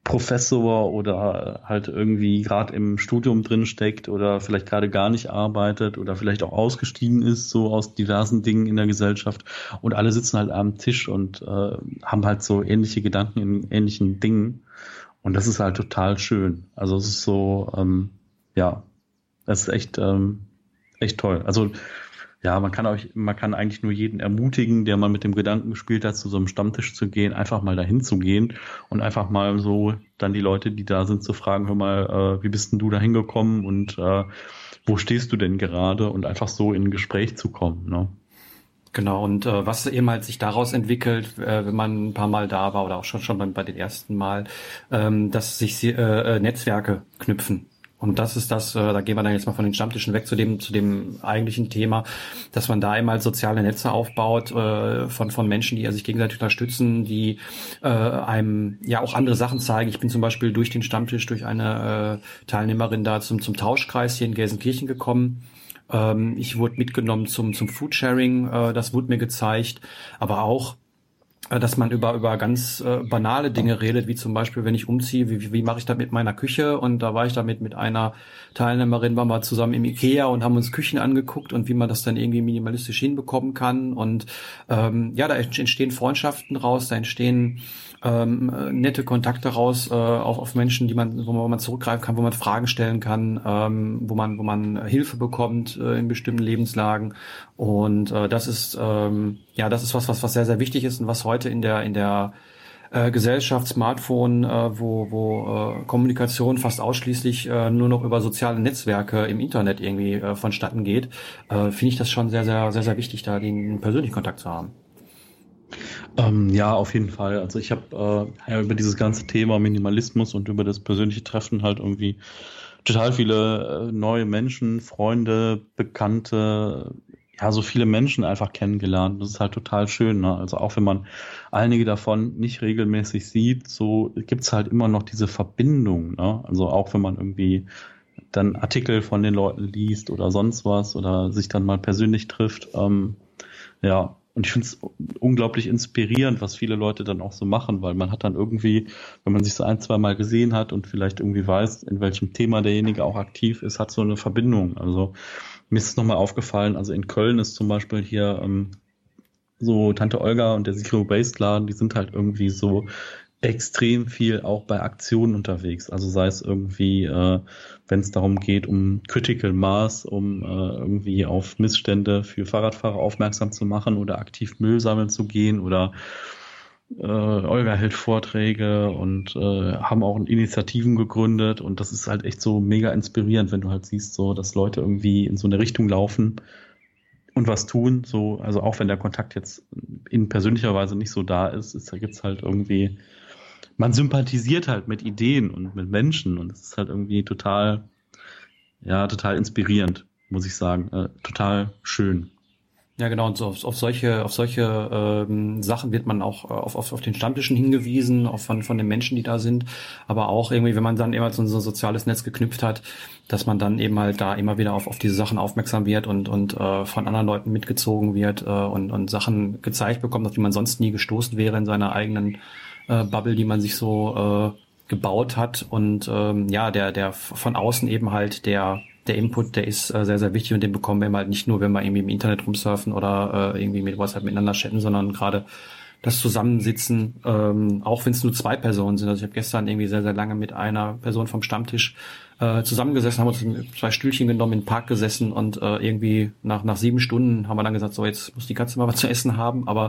Professor oder halt irgendwie gerade im Studium drin steckt oder vielleicht gerade gar nicht arbeitet oder vielleicht auch ausgestiegen ist, so aus diversen Dingen in der Gesellschaft. Und alle sitzen halt am Tisch und haben halt so ähnliche Gedanken in ähnlichen Dingen. Und das ist halt total schön. Also es ist so, ja, das ist echt toll. Also ja, man kann eigentlich nur jeden ermutigen, der mal mit dem Gedanken gespielt hat, zu so einem Stammtisch zu gehen, einfach mal dahin zu gehen und einfach mal so dann die Leute, die da sind, zu fragen, hör mal, wie bist denn du da hingekommen und wo stehst du denn gerade? Und einfach so in ein Gespräch zu kommen, ne? Genau, und was eben halt sich daraus entwickelt, wenn man ein paar Mal da war oder auch schon bei den ersten Mal, dass sich Netzwerke knüpfen. Und das ist das, da gehen wir dann jetzt mal von den Stammtischen weg zu dem eigentlichen Thema, dass man da eben halt soziale Netze aufbaut von Menschen, die sich gegenseitig unterstützen, die einem ja auch andere Sachen zeigen. Ich bin zum Beispiel durch den Stammtisch, durch eine Teilnehmerin da zum Tauschkreis hier in Gelsenkirchen gekommen. Ich wurde mitgenommen zum Foodsharing, das wurde mir gezeigt, aber auch dass man über ganz banale Dinge redet, wie zum Beispiel, wenn ich umziehe, wie mache ich das mit meiner Küche? Und da war ich damit mit einer Teilnehmerin, waren wir zusammen im Ikea und haben uns Küchen angeguckt und wie man das dann irgendwie minimalistisch hinbekommen kann. Und ja, da entstehen Freundschaften raus, da entstehen nette Kontakte raus auf Menschen, wo man zurückgreifen kann, wo man Fragen stellen kann, wo man Hilfe bekommt in bestimmten Lebenslagen. Und das ist das ist was sehr, sehr wichtig ist und was heute in der Gesellschaft, Smartphone, wo Kommunikation fast ausschließlich nur noch über soziale Netzwerke im Internet irgendwie vonstatten geht, finde ich das schon sehr, sehr, sehr, sehr wichtig, da den persönlichen Kontakt zu haben. Ja, auf jeden Fall. Also ich habe über dieses ganze Thema Minimalismus und über das persönliche Treffen halt irgendwie total viele neue Menschen, Freunde, Bekannte, ja, so viele Menschen einfach kennengelernt. Das ist halt total schön, ne? Also auch wenn man einige davon nicht regelmäßig sieht, so gibt's halt immer noch diese Verbindung, ne? Also auch wenn man irgendwie dann Artikel von den Leuten liest oder sonst was oder sich dann mal persönlich trifft, ja. Und ich finde es unglaublich inspirierend, was viele Leute dann auch so machen, weil man hat dann irgendwie, wenn man sich so ein, zwei Mal gesehen hat und vielleicht irgendwie weiß, in welchem Thema derjenige auch aktiv ist, hat so eine Verbindung. Also mir ist es nochmal aufgefallen, also in Köln ist zum Beispiel hier so Tante Olga und der Zero Waste Laden, die sind halt irgendwie so extrem viel auch bei Aktionen unterwegs. Also sei es irgendwie, wenn es darum geht, um Critical Mass, um irgendwie auf Missstände für Fahrradfahrer aufmerksam zu machen oder aktiv Müll sammeln zu gehen oder Olga hält Vorträge und haben auch Initiativen gegründet und das ist halt echt so mega inspirierend, wenn du halt siehst, so dass Leute irgendwie in so eine Richtung laufen und was tun, so, also auch wenn der Kontakt jetzt in persönlicher Weise nicht so da ist, da gibt's halt irgendwie, man sympathisiert halt mit Ideen und mit Menschen und es ist halt irgendwie total inspirierend, muss ich sagen, total schön. Ja, genau, und so auf solche Sachen wird man auch auf den Stammtischen hingewiesen, auch von den Menschen, die da sind, aber auch irgendwie, wenn man dann immer so ein soziales Netz geknüpft hat, dass man dann eben halt da immer wieder auf diese Sachen aufmerksam wird und von anderen Leuten mitgezogen wird und Sachen gezeigt bekommt, auf die man sonst nie gestoßen wäre in seiner eigenen Bubble, die man sich so gebaut hat und der von außen eben halt der Input, der ist sehr, sehr wichtig und den bekommen wir halt nicht nur, wenn wir irgendwie im Internet rumsurfen oder irgendwie mit WhatsApp miteinander chatten, sondern gerade das Zusammensitzen, auch wenn es nur zwei Personen sind. Also ich habe gestern irgendwie sehr, sehr lange mit einer Person vom Stammtisch zusammengesessen, haben uns 2 Stühlchen genommen, in den Park gesessen und irgendwie nach 7 Stunden haben wir dann gesagt, so jetzt muss die Katze mal was zu essen haben, aber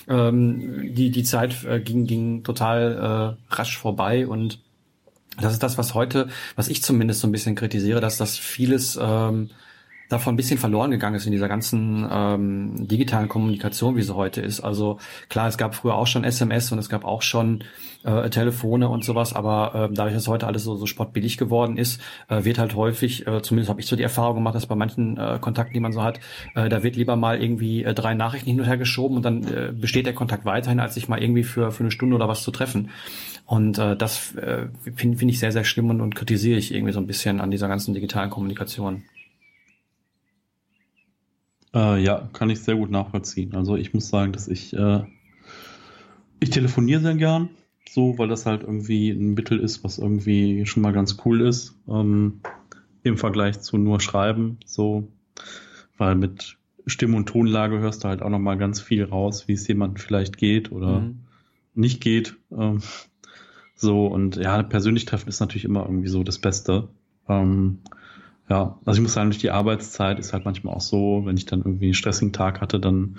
die Zeit ging total rasch vorbei und das ist das, was ich zumindest so ein bisschen kritisiere, dass das vieles davon ein bisschen verloren gegangen ist in dieser ganzen digitalen Kommunikation, wie sie heute ist. Also klar, es gab früher auch schon SMS und es gab auch schon Telefone und sowas, aber dadurch, dass heute alles so spottbillig geworden ist, wird halt häufig, zumindest habe ich so die Erfahrung gemacht, dass bei manchen Kontakten, die man so hat, da wird lieber mal irgendwie 3 Nachrichten hin und her geschoben und dann besteht der Kontakt weiterhin, als sich mal irgendwie für eine Stunde oder was zu treffen. Und das finde ich sehr, sehr schlimm und kritisiere ich irgendwie so ein bisschen an dieser ganzen digitalen Kommunikation. Ja, kann ich sehr gut nachvollziehen. Also ich muss sagen, dass ich telefoniere sehr gern so, weil das halt irgendwie ein Mittel ist, was irgendwie schon mal ganz cool ist, im Vergleich zu nur Schreiben, so, weil mit Stimme- und Tonlage hörst du halt auch nochmal ganz viel raus, wie es jemandem vielleicht geht oder nicht geht, so, und ja, persönlich treffen ist natürlich immer irgendwie so das Beste. Ja, also ich muss sagen, durch die Arbeitszeit ist halt manchmal auch so, wenn ich dann irgendwie einen stressigen Tag hatte, dann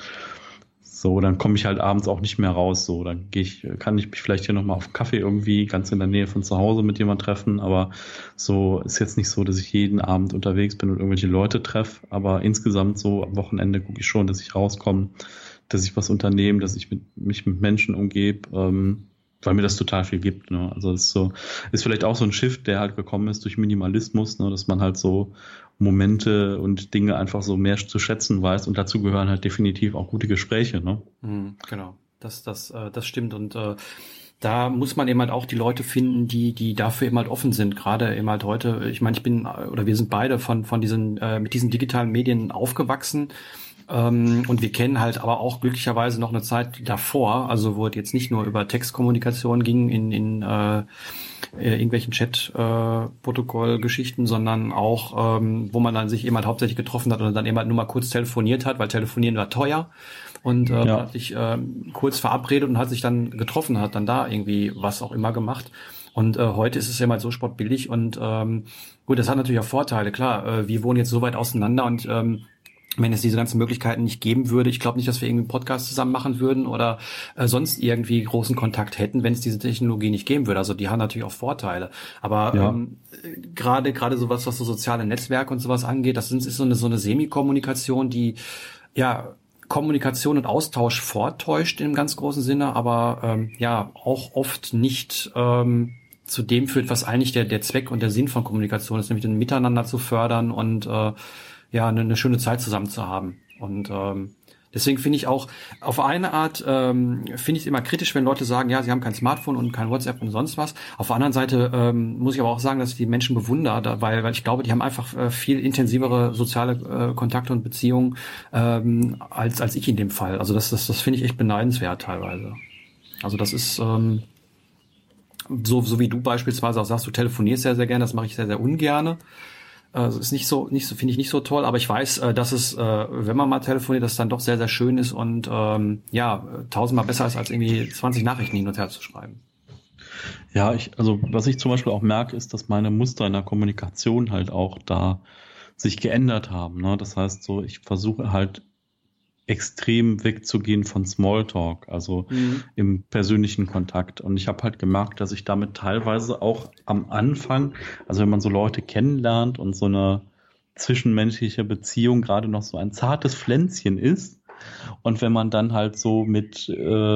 komme ich halt abends auch nicht mehr raus. So, dann kann ich mich vielleicht hier nochmal auf einen Kaffee irgendwie ganz in der Nähe von zu Hause mit jemand treffen. Aber so ist jetzt nicht so, dass ich jeden Abend unterwegs bin und irgendwelche Leute treffe. Aber insgesamt so am Wochenende gucke ich schon, dass ich rauskomme, dass ich was unternehme, dass ich mich mit Menschen umgebe, weil mir das total viel gibt. Ne? Also das ist vielleicht auch so ein Shift, der halt gekommen ist durch Minimalismus, ne? Dass man halt so Momente und Dinge einfach so mehr zu schätzen weiß, und dazu gehören halt definitiv auch gute Gespräche. Ne? Genau, das stimmt, und da muss man eben halt auch die Leute finden, die dafür eben halt offen sind. Gerade eben halt heute, ich meine, wir sind beide von diesen mit diesen digitalen Medien aufgewachsen. Und wir kennen halt aber auch glücklicherweise noch eine Zeit davor, also wo es jetzt nicht nur über Textkommunikation ging in irgendwelchen Chat-Protokoll-Geschichten, sondern auch, wo man dann sich eben halt hauptsächlich getroffen hat und dann eben halt nur mal kurz telefoniert hat, weil telefonieren war teuer. Und man hat sich kurz verabredet und hat sich dann getroffen, hat dann da irgendwie was auch immer gemacht. Und heute ist es ja mal so sportbillig und gut, das hat natürlich auch Vorteile, klar. Wir wohnen jetzt so weit auseinander und wenn es diese ganzen Möglichkeiten nicht geben würde, ich glaube nicht, dass wir irgendwie einen Podcast zusammen machen würden oder sonst irgendwie großen Kontakt hätten, wenn es diese Technologie nicht geben würde. Also die haben natürlich auch Vorteile. Aber gerade sowas, was so soziale Netzwerke und sowas angeht, ist so eine Semi-Kommunikation, die ja Kommunikation und Austausch vortäuscht im ganz großen Sinne, aber auch oft nicht zu dem führt, was eigentlich der Zweck und der Sinn von Kommunikation ist, nämlich den Miteinander zu fördern und eine schöne Zeit zusammen zu haben. Und deswegen finde ich auch, auf eine Art finde ich es immer kritisch, wenn Leute sagen, ja, sie haben kein Smartphone und kein WhatsApp und sonst was. Auf der anderen Seite muss ich aber auch sagen, dass ich die Menschen bewundere, weil ich glaube, die haben einfach viel intensivere soziale Kontakte und Beziehungen als ich in dem Fall. Also das finde ich echt beneidenswert teilweise. Also das ist so wie du beispielsweise auch sagst, du telefonierst sehr, sehr gerne, das mache ich sehr, sehr ungerne. Also ist nicht so, finde ich nicht so toll, aber ich weiß, dass es, wenn man mal telefoniert, das dann doch sehr, sehr schön ist und tausendmal besser ist, als irgendwie 20 Nachrichten hin und her zu schreiben. Ja, was ich zum Beispiel auch merke, ist, dass meine Muster in der Kommunikation halt auch da sich geändert haben. Ne? Das heißt so, ich versuche halt extrem wegzugehen von Smalltalk, also im persönlichen Kontakt. Und ich habe halt gemerkt, dass ich damit teilweise auch am Anfang, also wenn man so Leute kennenlernt und so eine zwischenmenschliche Beziehung gerade noch so ein zartes Pflänzchen ist, und wenn man dann halt so mit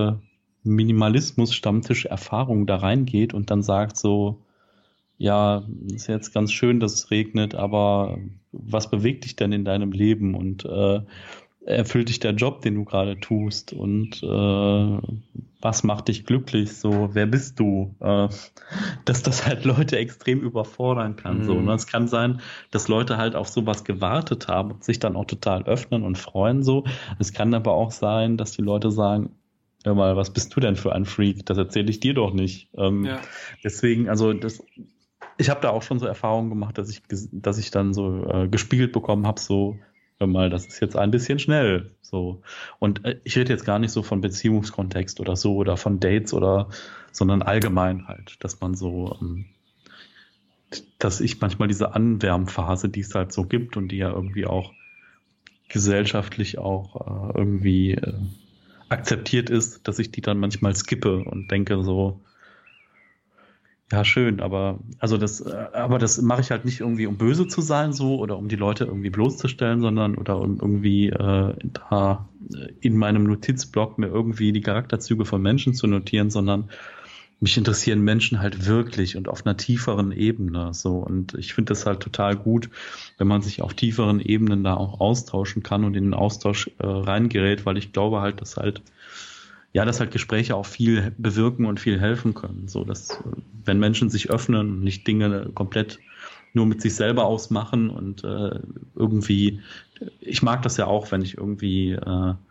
Minimalismus-Stammtisch-Erfahrung da reingeht und dann sagt so, ja, ist jetzt ganz schön, dass es regnet, aber was bewegt dich denn in deinem Leben und erfüllt dich der Job, den du gerade tust, und was macht dich glücklich, so, wer bist du, dass das halt Leute extrem überfordern kann, so, ne? Es kann sein, dass Leute halt auf sowas gewartet haben und sich dann auch total öffnen und freuen, so. Es kann aber auch sein, dass die Leute sagen, hör mal, was bist du denn für ein Freak, das erzähle ich dir doch nicht. Deswegen, also ich habe da auch schon so Erfahrungen gemacht, dass ich dann so gespiegelt bekommen habe, so, hör mal, das ist jetzt ein bisschen schnell, so. Und ich rede jetzt gar nicht so von Beziehungskontext oder so oder von Dates sondern allgemein halt, dass man so, dass ich manchmal diese Anwärmphase, die es halt so gibt und die ja irgendwie auch gesellschaftlich auch irgendwie akzeptiert ist, dass ich die dann manchmal skippe und denke so, ja, schön, aber das mache ich halt nicht irgendwie, um böse zu sein, so, oder um die Leute irgendwie bloßzustellen, sondern oder um irgendwie da in meinem Notizblock mir irgendwie die Charakterzüge von Menschen zu notieren, sondern mich interessieren Menschen halt wirklich und auf einer tieferen Ebene, so, und ich finde das halt total gut, wenn man sich auf tieferen Ebenen da auch austauschen kann und in den Austausch reingerät, weil ich glaube halt, dass halt Gespräche auch viel bewirken und viel helfen können. So, dass, wenn Menschen sich öffnen und nicht Dinge komplett nur mit sich selber ausmachen und irgendwie, ich mag das ja auch, wenn ich irgendwie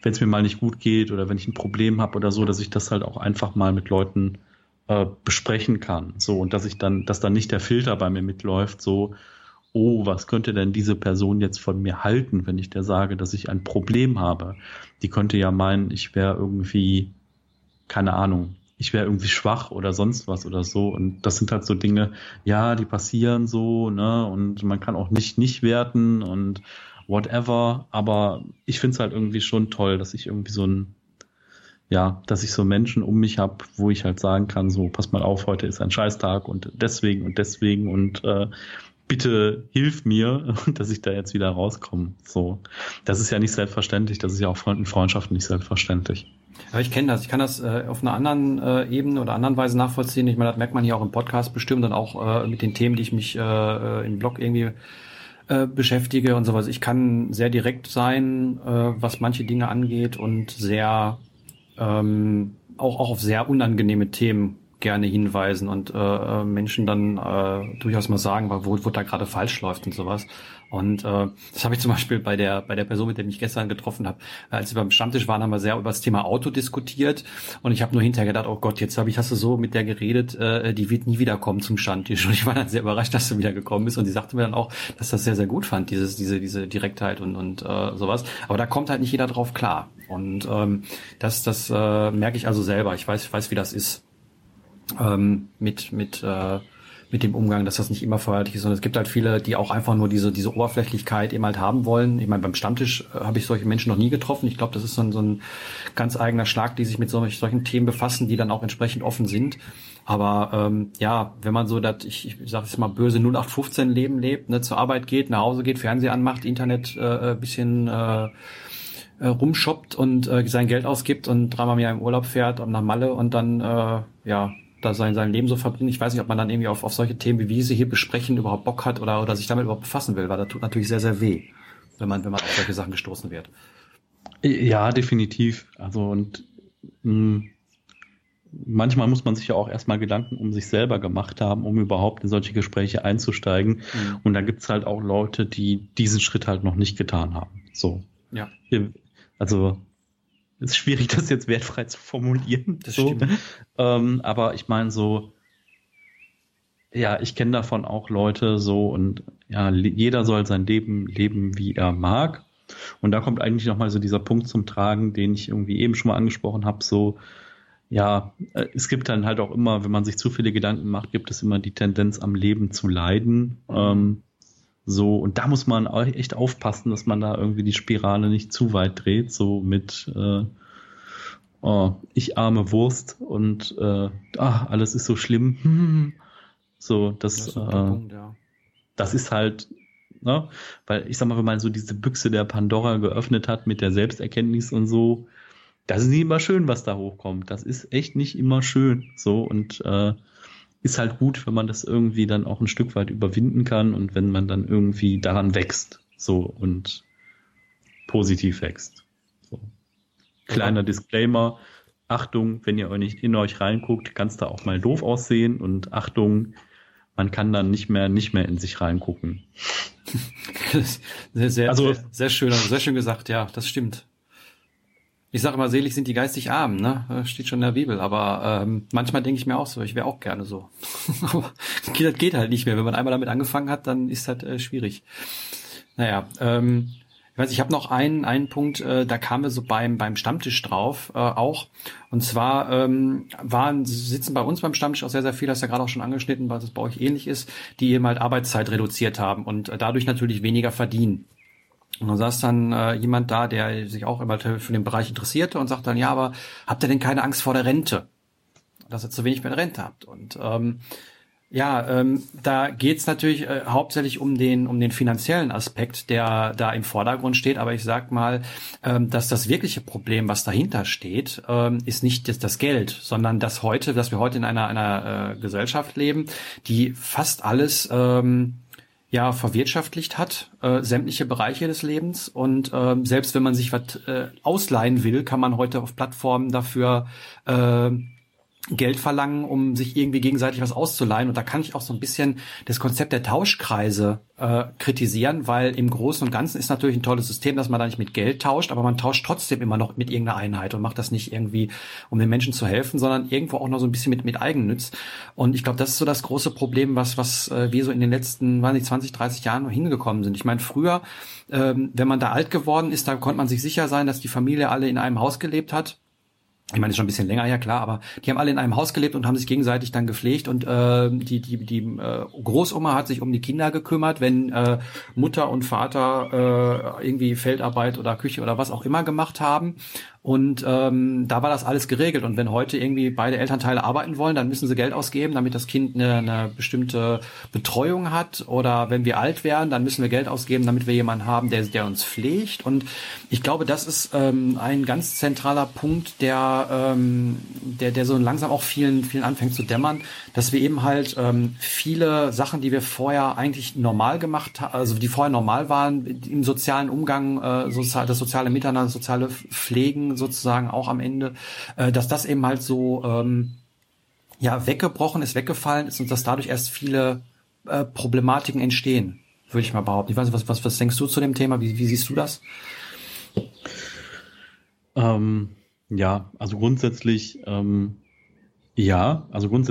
wenn es mir mal nicht gut geht oder wenn ich ein Problem habe oder so, dass ich das halt auch einfach mal mit Leuten besprechen kann. So, und dass dann nicht der Filter bei mir mitläuft, so, oh, was könnte denn diese Person jetzt von mir halten, wenn ich der sage, dass ich ein Problem habe? Die könnte ja meinen, ich wäre irgendwie, keine Ahnung, ich wäre irgendwie schwach oder sonst was oder so. Und das sind halt so Dinge, ja, die passieren so, ne? Und man kann auch nicht werten und whatever. Aber ich finde es halt irgendwie schon toll, dass ich irgendwie dass ich so Menschen um mich habe, wo ich halt sagen kann, so, pass mal auf, heute ist ein Scheißtag und deswegen und bitte hilf mir, dass ich da jetzt wieder rauskomme. So, das ist ja nicht selbstverständlich, das ist ja auch in Freundschaften nicht selbstverständlich. Ja, ich kenne das. Ich kann das auf einer anderen Ebene oder anderen Weise nachvollziehen. Ich meine, das merkt man hier auch im Podcast bestimmt und auch mit den Themen, die ich mich im Blog irgendwie beschäftige und sowas. Ich kann sehr direkt sein, was manche Dinge angeht und sehr auch auf sehr unangenehme Themen gerne hinweisen und Menschen dann durchaus mal sagen, wo da gerade falsch läuft und sowas. Und das habe ich zum Beispiel bei der Person, mit der ich mich gestern getroffen habe. Als wir beim Stammtisch waren, haben wir sehr über das Thema Auto diskutiert und ich habe nur hinterher gedacht, oh Gott, hast du so mit der geredet, die wird nie wiederkommen zum Stammtisch. Und ich war dann sehr überrascht, dass du wieder gekommen bist und sie sagte mir dann auch, dass das sehr, sehr gut fand, diese Direktheit und sowas. Aber da kommt halt nicht jeder drauf klar. Und das merke ich also selber. Ich weiß, wie das ist. Mit dem Umgang, dass das nicht immer förderlich ist. Und es gibt halt viele, die auch einfach nur diese Oberflächlichkeit eben halt haben wollen. Ich meine, beim Stammtisch habe ich solche Menschen noch nie getroffen. Ich glaube, das ist so ein ganz eigener Schlag, die sich mit solchen Themen befassen, die dann auch entsprechend offen sind. Aber wenn man so das, ich sage jetzt mal böse 0815-Leben lebt, ne, zur Arbeit geht, nach Hause geht, Fernseher anmacht, Internet bisschen rumshoppt und sein Geld ausgibt und dreimal im Jahr im Urlaub fährt und nach Malle und dann da sein Leben so verbringt. Ich weiß nicht, ob man dann irgendwie auf solche Themen, wie wir sie hier besprechen, überhaupt Bock hat oder sich damit überhaupt befassen will, weil das tut natürlich sehr, sehr weh, wenn man auf solche Sachen gestoßen wird. Ja, definitiv. Also und manchmal muss man sich ja auch erstmal Gedanken um sich selber gemacht haben, um überhaupt in solche Gespräche einzusteigen. Mhm. Und da gibt's halt auch Leute, die diesen Schritt halt noch nicht getan haben. So. Ja. Also ist schwierig, das jetzt wertfrei zu formulieren. Das stimmt. Aber ich meine so, ja, ich kenne davon auch Leute so und ja, jeder soll sein Leben leben, wie er mag. Und da kommt eigentlich nochmal so dieser Punkt zum Tragen, den ich irgendwie eben schon mal angesprochen habe, so, ja, es gibt dann halt auch immer, wenn man sich zu viele Gedanken macht, gibt es immer die Tendenz, am Leben zu leiden. So, und da muss man echt aufpassen, dass man da irgendwie die Spirale nicht zu weit dreht, so mit ich arme Wurst und alles ist so schlimm. So, das Punkt, ja. Das ist halt, ne, weil ich sag mal, wenn man so diese Büchse der Pandora geöffnet hat mit der Selbsterkenntnis und so, das ist nicht immer schön, was da hochkommt. Das ist echt nicht immer schön. So, und ist halt gut, wenn man das irgendwie dann auch ein Stück weit überwinden kann und wenn man dann irgendwie daran wächst, so, und positiv wächst. So. Kleiner Disclaimer, Achtung, wenn ihr nicht in euch reinguckt, kann es da auch mal doof aussehen und Achtung, man kann dann nicht mehr in sich reingucken. Sehr schön gesagt, ja, das stimmt. Ich sage immer, selig sind die geistig Armen, ne? Das steht schon in der Bibel, aber manchmal denke ich mir auch so, ich wäre auch gerne so. Aber das geht halt nicht mehr. Wenn man einmal damit angefangen hat, dann ist das schwierig. Naja, ich habe noch einen Punkt, da kamen wir so beim Stammtisch drauf auch. Und zwar sitzen bei uns beim Stammtisch auch sehr, sehr viele, hast du ja gerade auch schon angeschnitten, weil es bei euch ähnlich ist, die eben halt Arbeitszeit reduziert haben und dadurch natürlich weniger verdienen. Und dann saß dann jemand da, der sich auch immer für den Bereich interessierte und sagt dann, ja, aber habt ihr denn keine Angst vor der Rente? Dass ihr zu wenig bei der Rente habt. Und da geht's natürlich hauptsächlich um den finanziellen Aspekt, der da im Vordergrund steht. Aber ich sag mal, dass das wirkliche Problem, was dahinter steht, ist nicht das Geld, sondern dass wir heute in einer Gesellschaft leben, die fast alles verwirtschaftlicht hat, sämtliche Bereiche des Lebens und selbst wenn man sich was ausleihen will, kann man heute auf Plattformen dafür Geld verlangen, um sich irgendwie gegenseitig was auszuleihen. Und da kann ich auch so ein bisschen das Konzept der Tauschkreise kritisieren, weil im Großen und Ganzen ist natürlich ein tolles System, dass man da nicht mit Geld tauscht, aber man tauscht trotzdem immer noch mit irgendeiner Einheit und macht das nicht irgendwie, um den Menschen zu helfen, sondern irgendwo auch noch so ein bisschen mit Eigennutz. Und ich glaube, das ist so das große Problem, was wir so in den letzten, 20, 30 Jahren hingekommen sind. Ich meine, früher, wenn man da alt geworden ist, da konnte man sich sicher sein, dass die Familie alle in einem Haus gelebt hat. Ich meine, das ist schon ein bisschen länger her, klar, aber die haben alle in einem Haus gelebt und haben sich gegenseitig dann gepflegt und die Großoma hat sich um die Kinder gekümmert, wenn Mutter und Vater irgendwie Feldarbeit oder Küche oder was auch immer gemacht haben. Und da war das alles geregelt. Und wenn heute irgendwie beide Elternteile arbeiten wollen, dann müssen sie Geld ausgeben, damit das Kind eine bestimmte Betreuung hat. Oder wenn wir alt werden, dann müssen wir Geld ausgeben, damit wir jemanden haben, der uns pflegt. Und ich glaube, das ist ein ganz zentraler Punkt, der so langsam auch vielen anfängt zu dämmern, dass wir eben halt viele Sachen, die wir vorher eigentlich normal gemacht haben, also die vorher normal waren, im sozialen Umgang, das soziale Miteinander, das soziale Pflegen sozusagen auch am Ende, dass das eben halt so weggebrochen ist, weggefallen ist und dass dadurch erst viele Problematiken entstehen, würde ich mal behaupten. Ich weiß nicht, was denkst du zu dem Thema? Wie siehst du das? Ja, also grundsätzlich ja.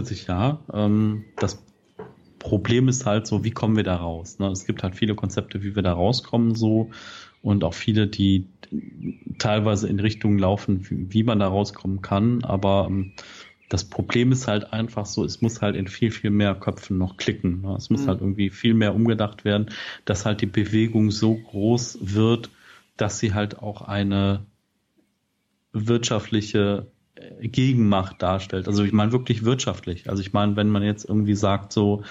Das Problem ist halt so, wie kommen wir da raus? Ne? Es gibt halt viele Konzepte, wie wir da rauskommen so und auch viele, die teilweise in Richtungen laufen, wie man da rauskommen kann. Aber das Problem ist halt einfach so, es muss halt in viel, viel mehr Köpfen noch klicken. Ne? Es muss halt irgendwie viel mehr umgedacht werden, dass halt die Bewegung so groß wird, dass sie halt auch eine wirtschaftliche Gegenmacht darstellt. Also ich meine wirklich wirtschaftlich. Also ich meine, wenn man jetzt irgendwie sagt so,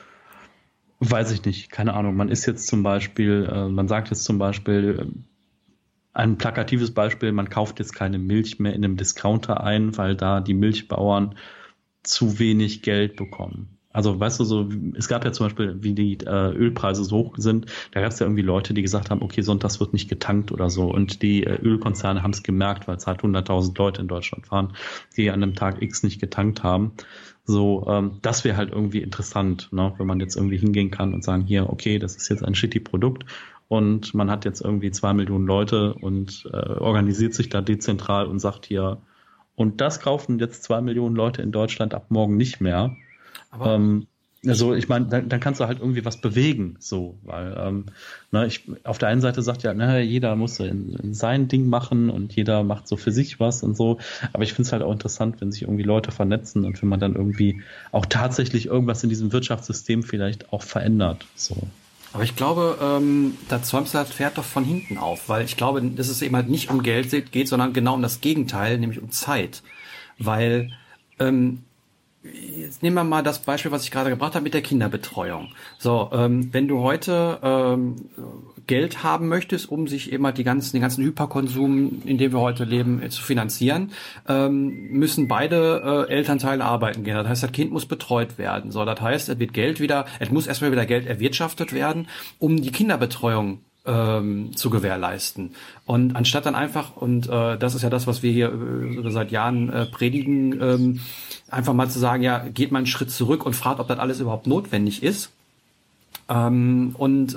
weiß ich nicht, keine Ahnung, man ist jetzt zum Beispiel, man sagt jetzt zum Beispiel, ein plakatives Beispiel, man kauft jetzt keine Milch mehr in einem Discounter ein, weil da die Milchbauern zu wenig Geld bekommen. Also weißt du, so es gab ja zum Beispiel, wie die Ölpreise so hoch sind, da gab es ja irgendwie Leute, die gesagt haben, okay, sonntags wird nicht getankt oder so. Und die Ölkonzerne haben es gemerkt, weil es halt 100.000 Leute in Deutschland waren, die an einem Tag X nicht getankt haben. So, das wäre halt irgendwie interessant, ne? Wenn man jetzt irgendwie hingehen kann und sagen, hier, okay, das ist jetzt ein shitty Produkt und man hat jetzt irgendwie 2 Millionen Leute und organisiert sich da dezentral und sagt hier, und das kaufen jetzt 2 Millionen Leute in Deutschland ab morgen nicht mehr. Aber also ich meine, dann kannst du halt irgendwie was bewegen, so, weil auf der einen Seite sagt ja, jeder muss sein Ding machen und jeder macht so für sich was und so, aber ich finde es halt auch interessant, wenn sich irgendwie Leute vernetzen und wenn man dann irgendwie auch tatsächlich irgendwas in diesem Wirtschaftssystem vielleicht auch verändert, so. Aber ich glaube, da zäumst du das Pferd doch von hinten auf, weil ich glaube, dass es eben halt nicht um Geld geht, sondern genau um das Gegenteil, nämlich um Zeit, weil jetzt nehmen wir mal das Beispiel, was ich gerade gebracht habe mit der Kinderbetreuung. So, wenn du heute Geld haben möchtest, um sich eben halt den ganzen Hyperkonsum, in dem wir heute leben, zu finanzieren, müssen beide Elternteile arbeiten gehen. Das heißt, das Kind muss betreut werden. So, das heißt, es muss erstmal wieder Geld erwirtschaftet werden, um die Kinderbetreuung zu gewährleisten. Und anstatt dann einfach, und das ist ja das, was wir hier seit Jahren predigen, einfach mal zu sagen, ja, geht mal einen Schritt zurück und fragt, ob das alles überhaupt notwendig ist. Dann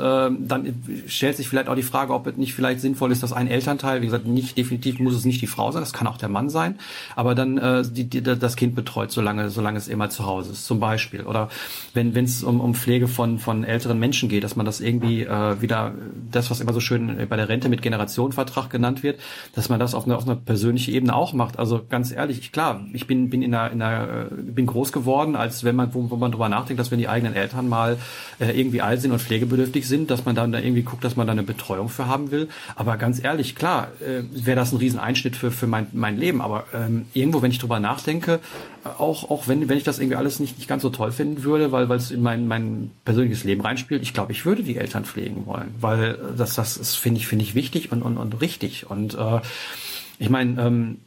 stellt sich vielleicht auch die Frage, ob es nicht vielleicht sinnvoll ist, dass ein Elternteil, wie gesagt, definitiv muss es nicht die Frau sein, das kann auch der Mann sein, aber dann das Kind betreut, solange es immer zu Hause ist, zum Beispiel. Oder wenn es um Pflege von älteren Menschen geht, dass man das irgendwie wieder, das, was immer so schön bei der Rente mit Generationenvertrag genannt wird, dass man das auf eine persönliche Ebene auch macht. Also ganz ehrlich, klar, ich bin groß geworden, als wenn man, wo man drüber nachdenkt, dass wenn die eigenen Eltern mal irgendwie alt sind und pflegebedürftig sind, dass man dann da irgendwie guckt, dass man da eine Betreuung für haben will. Aber ganz ehrlich, klar, wäre das ein Rieseneinschnitt für mein Leben. Aber irgendwo, wenn ich drüber nachdenke, auch wenn ich das irgendwie alles nicht ganz so toll finden würde, weil es in mein persönliches Leben reinspielt, ich glaube, ich würde die Eltern pflegen wollen. Weil das ist, finde ich wichtig und richtig. Und ich meine,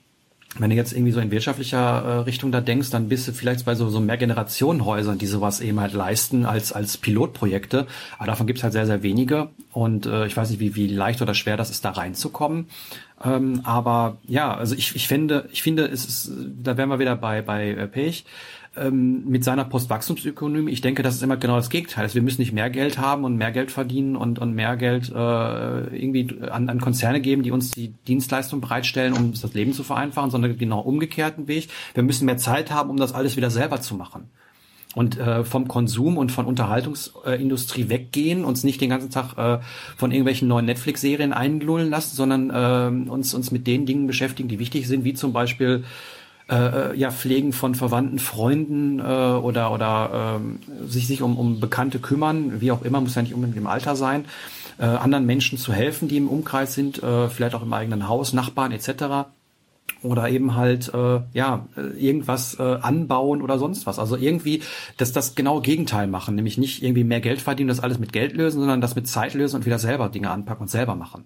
wenn du jetzt irgendwie so in wirtschaftlicher Richtung da denkst, dann bist du vielleicht bei so Mehrgenerationenhäusern, die sowas eben halt leisten als Pilotprojekte. Aber davon gibt's halt sehr, sehr wenige. Und ich weiß nicht, wie leicht oder schwer das ist, da reinzukommen. Aber ja, also ich finde, es ist, da wären wir wieder bei Pech. Mit seiner Postwachstumsökonomie, ich denke, das ist immer genau das Gegenteil. Also wir müssen nicht mehr Geld haben und mehr Geld verdienen und mehr Geld irgendwie an Konzerne geben, die uns die Dienstleistung bereitstellen, um das Leben zu vereinfachen, sondern genau umgekehrten Weg. Wir müssen mehr Zeit haben, um das alles wieder selber zu machen. Und vom Konsum und von Unterhaltungsindustrie weggehen, uns nicht den ganzen Tag von irgendwelchen neuen Netflix-Serien einlullen lassen, sondern uns mit den Dingen beschäftigen, die wichtig sind, wie zum Beispiel Pflegen von Verwandten, Freunden oder sich um Bekannte kümmern, wie auch immer, muss ja nicht unbedingt im Alter sein, anderen Menschen zu helfen, die im Umkreis sind, vielleicht auch im eigenen Haus, Nachbarn etc. Oder eben halt irgendwas anbauen oder sonst was. Also irgendwie das genaue Gegenteil machen, nämlich nicht irgendwie mehr Geld verdienen, das alles mit Geld lösen, sondern das mit Zeit lösen und wieder selber Dinge anpacken und selber machen.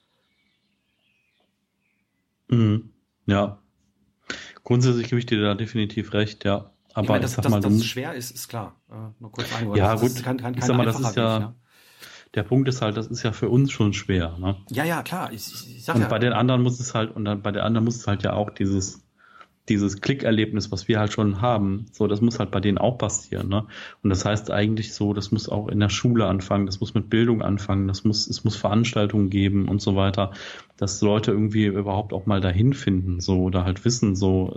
Ja. Grundsätzlich gebe ich dir da definitiv recht, ja. Aber ich meine, dass es schwer ist klar. Nur kurz eingeworfen. Ja, gut. Ich sag mal, das ist ja, ne? Der Punkt ist halt, das ist ja für uns schon schwer, ne? Ja, klar. Ich sag und bei den anderen muss es halt, ja auch dieses Klickerlebnis, was wir halt schon haben, so, das muss halt bei denen auch passieren, ne? Und das heißt eigentlich so, das muss auch in der Schule anfangen, das muss mit Bildung anfangen, es muss Veranstaltungen geben und so weiter, dass Leute irgendwie überhaupt auch mal dahin finden, so, oder halt wissen, so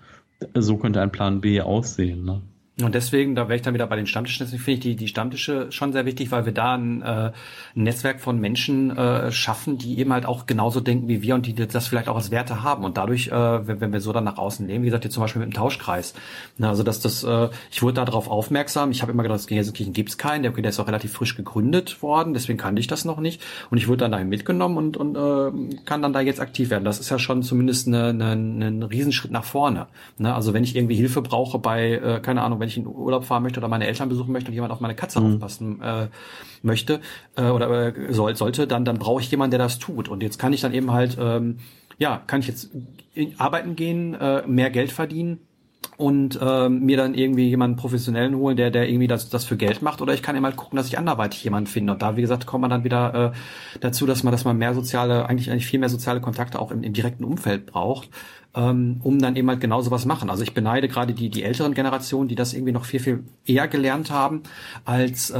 könnte ein Plan B aussehen, ne? Und deswegen, da wäre ich dann wieder bei den Stammtischen, deswegen finde ich die Stammtische schon sehr wichtig, weil wir da ein Netzwerk von Menschen schaffen, die eben halt auch genauso denken wie wir und die das vielleicht auch als Werte haben. Und dadurch, wenn wir so dann nach außen leben, wie gesagt, jetzt zum Beispiel mit dem Tauschkreis. Also ich wurde da drauf aufmerksam, ich habe immer gedacht, in Gelsenkirchen gibt's keinen, der ist auch relativ frisch gegründet worden, deswegen kannte ich das noch nicht. Und ich wurde dann dahin mitgenommen und kann dann da jetzt aktiv werden. Das ist ja schon zumindest ein Riesenschritt nach vorne. Also wenn ich irgendwie Hilfe brauche bei, keine Ahnung, wenn ich in Urlaub fahren möchte oder meine Eltern besuchen möchte und jemand auf meine Katze aufpassen möchte oder sollte, dann brauche ich jemanden, der das tut. Und jetzt kann ich dann eben halt, kann ich jetzt arbeiten gehen, mehr Geld verdienen und mir dann irgendwie jemanden Professionellen holen, der irgendwie das für Geld macht, oder ich kann eben halt gucken, dass ich anderweitig jemanden finde. Und da, wie gesagt, kommt man dann wieder dazu, dass man eigentlich viel mehr soziale Kontakte auch im direkten Umfeld braucht, um dann eben halt genau sowas machen. Also ich beneide gerade die älteren Generationen, die das irgendwie noch viel, viel eher gelernt haben, als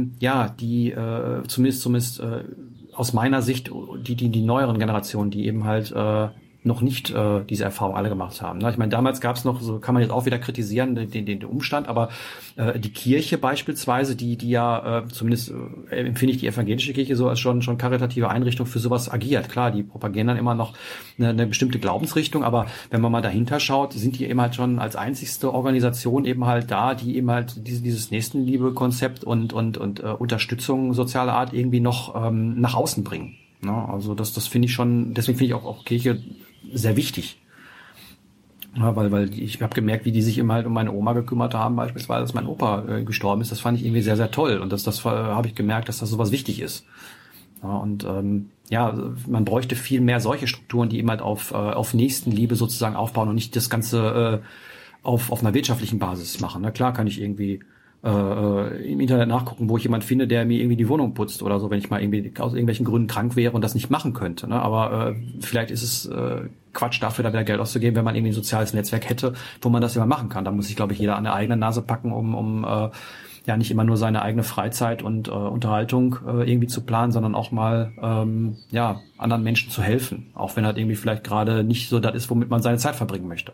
die zumindest aus meiner Sicht die neueren Generationen, die eben halt noch nicht diese Erfahrung alle gemacht haben. Ich meine, damals gab es noch, so kann man jetzt auch wieder kritisieren, den Umstand, aber die Kirche beispielsweise, die ja zumindest empfinde ich die evangelische Kirche so als schon karitative Einrichtung für sowas agiert. Klar, die propagieren dann immer noch eine bestimmte Glaubensrichtung, aber wenn man mal dahinter schaut, sind die eben halt schon als einzigste Organisation eben halt da, die eben halt dieses Nächstenliebe-Konzept und Unterstützung sozialer Art irgendwie noch nach außen bringen. Also das finde ich schon, deswegen finde ich auch Kirche sehr wichtig. Ja, weil ich habe gemerkt, wie die sich immer halt um meine Oma gekümmert haben, beispielsweise, als mein Opa gestorben ist. Das fand ich irgendwie sehr, sehr toll. Und das habe ich gemerkt, dass das sowas wichtig ist. Ja, und man bräuchte viel mehr solche Strukturen, die eben halt auf Nächstenliebe sozusagen aufbauen und nicht das Ganze auf einer wirtschaftlichen Basis machen. Na klar kann ich irgendwie im Internet nachgucken, wo ich jemand finde, der mir irgendwie die Wohnung putzt oder so, wenn ich mal irgendwie aus irgendwelchen Gründen krank wäre und das nicht machen könnte. Ne? Aber vielleicht ist es Quatsch, dafür da wieder Geld auszugeben, wenn man irgendwie ein soziales Netzwerk hätte, wo man das immer machen kann. Da muss sich, glaube ich, jeder an der eigenen Nase packen, um nicht immer nur seine eigene Freizeit und Unterhaltung irgendwie zu planen, sondern auch mal anderen Menschen zu helfen. Auch wenn halt irgendwie vielleicht gerade nicht so das ist, womit man seine Zeit verbringen möchte.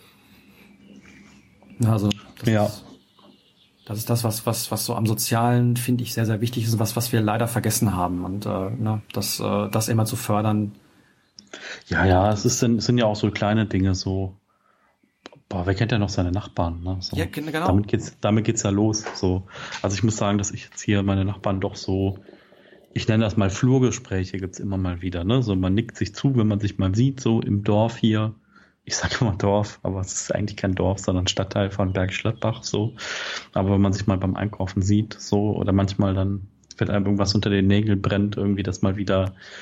Also das ist das, was so am Sozialen, finde ich, sehr, sehr wichtig ist, was wir leider vergessen haben. Und das immer zu fördern. Ja, es sind ja auch so kleine Dinge, so, wer kennt ja noch seine Nachbarn? Ne? So, ja, genau. Damit geht's ja los. So. Also ich muss sagen, dass ich jetzt hier meine Nachbarn doch so, ich nenne das mal Flurgespräche, gibt's immer mal wieder. Ne? So, man nickt sich zu, wenn man sich mal sieht, so im Dorf hier. Ich sage immer Dorf, aber es ist eigentlich kein Dorf, sondern Stadtteil von Bergisch Gladbach, so. Aber wenn man sich mal beim Einkaufen sieht, so, oder manchmal dann, wenn einem irgendwas unter den Nägeln brennt, irgendwie, dass mal wieder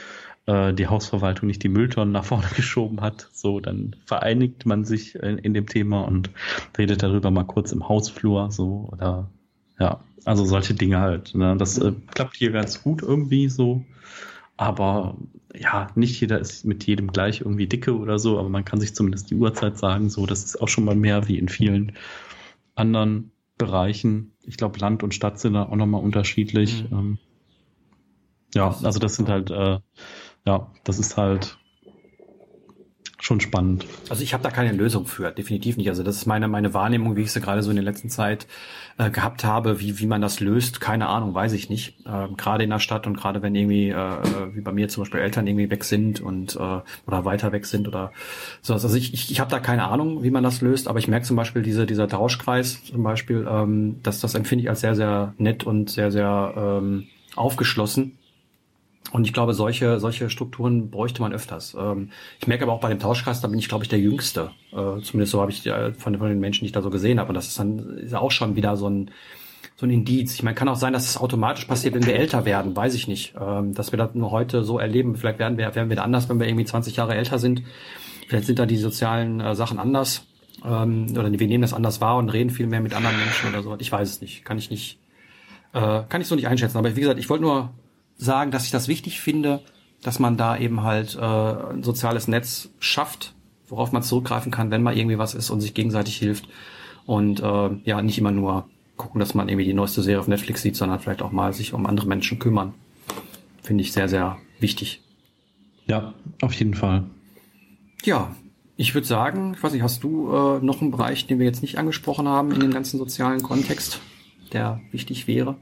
die Hausverwaltung nicht die Mülltonnen nach vorne geschoben hat. So, dann vereinigt man sich in dem Thema und redet darüber mal kurz im Hausflur, so, oder ja, also solche Dinge halt. Ne? Das klappt hier ganz gut irgendwie so. Aber ja, nicht jeder ist mit jedem gleich irgendwie dicke oder so, aber man kann sich zumindest die Uhrzeit sagen, so, das ist auch schon mal mehr wie in vielen anderen Bereichen. Ich glaube, Land und Stadt sind da auch nochmal unterschiedlich. Ja, also das sind halt, das ist halt schon spannend. Also ich habe da keine Lösung für, definitiv nicht. Also das ist meine Wahrnehmung, wie ich sie gerade so in der letzten Zeit gehabt habe, wie man das löst, keine Ahnung, weiß ich nicht. Gerade in der Stadt und gerade wenn irgendwie, wie bei mir zum Beispiel Eltern irgendwie weg sind und oder weiter weg sind oder so. Also ich habe da keine Ahnung, wie man das löst, aber ich merke zum Beispiel dieser Tauschkreis zum Beispiel, das empfinde ich als sehr, sehr nett und sehr, sehr aufgeschlossen. Und ich glaube, solche Strukturen bräuchte man öfters. Ich merke aber auch bei dem Tauschkreis, da bin ich, glaube ich, der Jüngste. Zumindest so habe ich von den Menschen, die ich da so gesehen habe. Und das ist auch schon wieder so ein Indiz. Ich meine, kann auch sein, dass es automatisch passiert, wenn wir älter werden. Weiß ich nicht. Dass wir das nur heute so erleben. Vielleicht werden wir da anders, wenn wir irgendwie 20 Jahre älter sind. Vielleicht sind da die sozialen Sachen anders. Oder wir nehmen das anders wahr und reden viel mehr mit anderen Menschen oder so. Ich weiß es nicht. Kann ich so nicht einschätzen. Aber wie gesagt, ich wollte nur sagen, dass ich das wichtig finde, dass man da eben halt ein soziales Netz schafft, worauf man zurückgreifen kann, wenn mal irgendwie was ist und sich gegenseitig hilft. Und nicht immer nur gucken, dass man irgendwie die neueste Serie auf Netflix sieht, sondern vielleicht auch mal sich um andere Menschen kümmern. Finde ich sehr, sehr wichtig. Ja, auf jeden Fall. Ja, ich würde sagen, ich weiß nicht, hast du noch einen Bereich, den wir jetzt nicht angesprochen haben in dem ganzen sozialen Kontext, der wichtig wäre?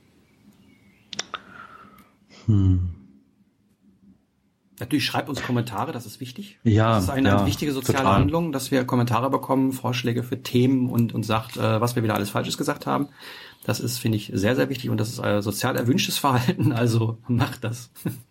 Natürlich schreibt uns Kommentare, das ist wichtig. Ja, das ist eine wichtige soziale Handlung, dass wir Kommentare bekommen, Vorschläge für Themen und sagt, was wir wieder alles Falsches gesagt haben. Das ist, finde ich, sehr, sehr wichtig und das ist sozial erwünschtes Verhalten, also macht das.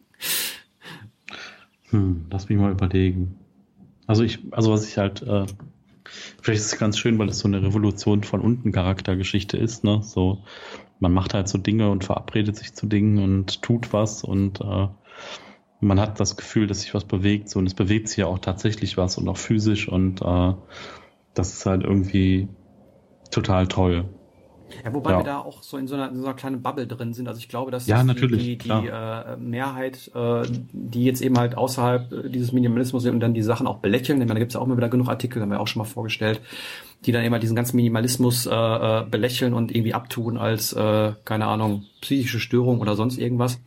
Lass mich mal überlegen. Also was ich halt, vielleicht ist es ganz schön, weil es so eine Revolution von unten Charaktergeschichte ist, ne? So, man macht halt so Dinge und verabredet sich zu Dingen und tut was und man hat das Gefühl, dass sich was bewegt, so, und es bewegt sich ja auch tatsächlich was und auch physisch und das ist halt irgendwie total toll. Ja, wobei wir da auch so in so einer kleinen Bubble drin sind. Also ich glaube, dass natürlich, die Mehrheit, die jetzt eben halt außerhalb dieses Minimalismus sind und dann die Sachen auch belächeln, denn da gibt es ja auch immer wieder genug Artikel, haben wir auch schon mal vorgestellt, die dann immer diesen ganzen Minimalismus belächeln und irgendwie abtun als, keine Ahnung, psychische Störung oder sonst irgendwas.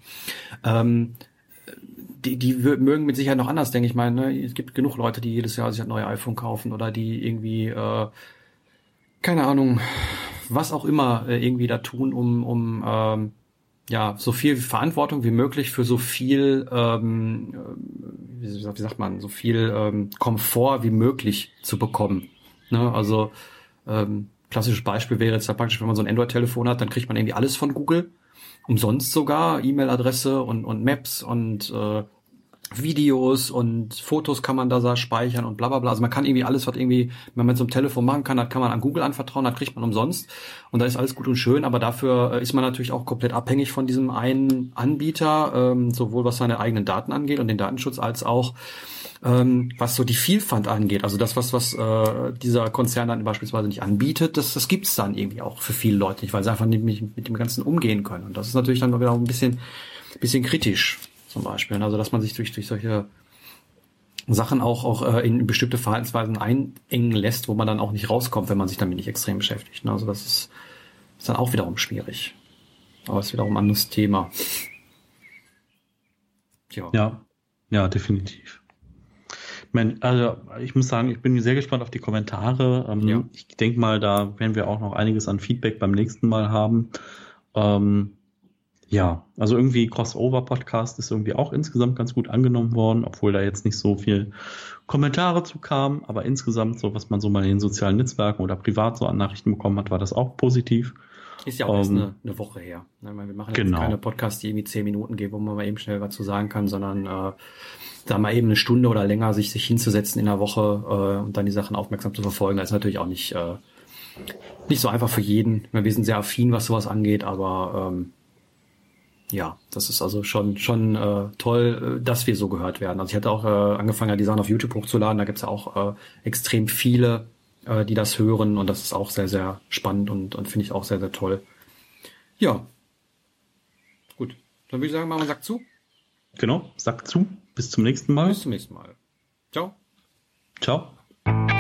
Die mögen mit Sicherheit noch anders, denke ich mal. Ne? Es gibt genug Leute, die jedes Jahr sich ein neues iPhone kaufen oder die irgendwie, keine Ahnung, was auch immer irgendwie da tun, um so viel Verantwortung wie möglich für so viel, wie sagt man, so viel Komfort wie möglich zu bekommen. Ne? Also klassisches Beispiel wäre jetzt da praktisch, wenn man so ein Android-Telefon hat, dann kriegt man irgendwie alles von Google. Umsonst sogar, E-Mail-Adresse und Maps und Videos und Fotos kann man da speichern und bla bla bla. Also man kann irgendwie alles, was irgendwie, wenn man so ein Telefon machen kann, das kann man an Google anvertrauen, das kriegt man umsonst. Und da ist alles gut und schön, aber dafür ist man natürlich auch komplett abhängig von diesem einen Anbieter, sowohl was seine eigenen Daten angeht und den Datenschutz, als auch was so die Vielfalt angeht. Also das, was dieser Konzern dann beispielsweise nicht anbietet, das gibt's dann irgendwie auch für viele Leute nicht, weil sie einfach nicht mit dem Ganzen umgehen können. Und das ist natürlich dann wieder auch ein bisschen kritisch. Zum Beispiel. Also, dass man sich durch solche Sachen auch in bestimmte Verhaltensweisen einengen lässt, wo man dann auch nicht rauskommt, wenn man sich damit nicht extrem beschäftigt. Also, das ist dann auch wiederum schwierig. Aber es ist wiederum ein anderes Thema. Ja, definitiv. Ich muss sagen, ich bin sehr gespannt auf die Kommentare. Ich denke mal, da werden wir auch noch einiges an Feedback beim nächsten Mal haben. Also irgendwie Crossover-Podcast ist irgendwie auch insgesamt ganz gut angenommen worden, obwohl da jetzt nicht so viel Kommentare zu kamen, aber insgesamt so, was man so mal in den sozialen Netzwerken oder privat so an Nachrichten bekommen hat, war das auch positiv. Ist ja auch erst eine Woche her. Wir machen jetzt keine Podcasts, die irgendwie 10 Minuten gehen, wo man mal eben schnell was zu sagen kann, sondern da mal eben eine Stunde oder länger sich hinzusetzen in der Woche und dann die Sachen aufmerksam zu verfolgen, das ist natürlich auch nicht so einfach für jeden. Wir sind sehr affin, was sowas angeht, aber Ja, das ist also schon toll, dass wir so gehört werden. Also ich hatte auch angefangen, die Sachen auf YouTube hochzuladen. Da gibt's ja auch extrem viele, die das hören. Und das ist auch sehr, sehr spannend und finde ich auch sehr, sehr toll. Ja, gut. Dann würde ich sagen, machen wir einen Sack zu. Genau, Sack zu. Bis zum nächsten Mal. Bis zum nächsten Mal. Ciao. Ciao.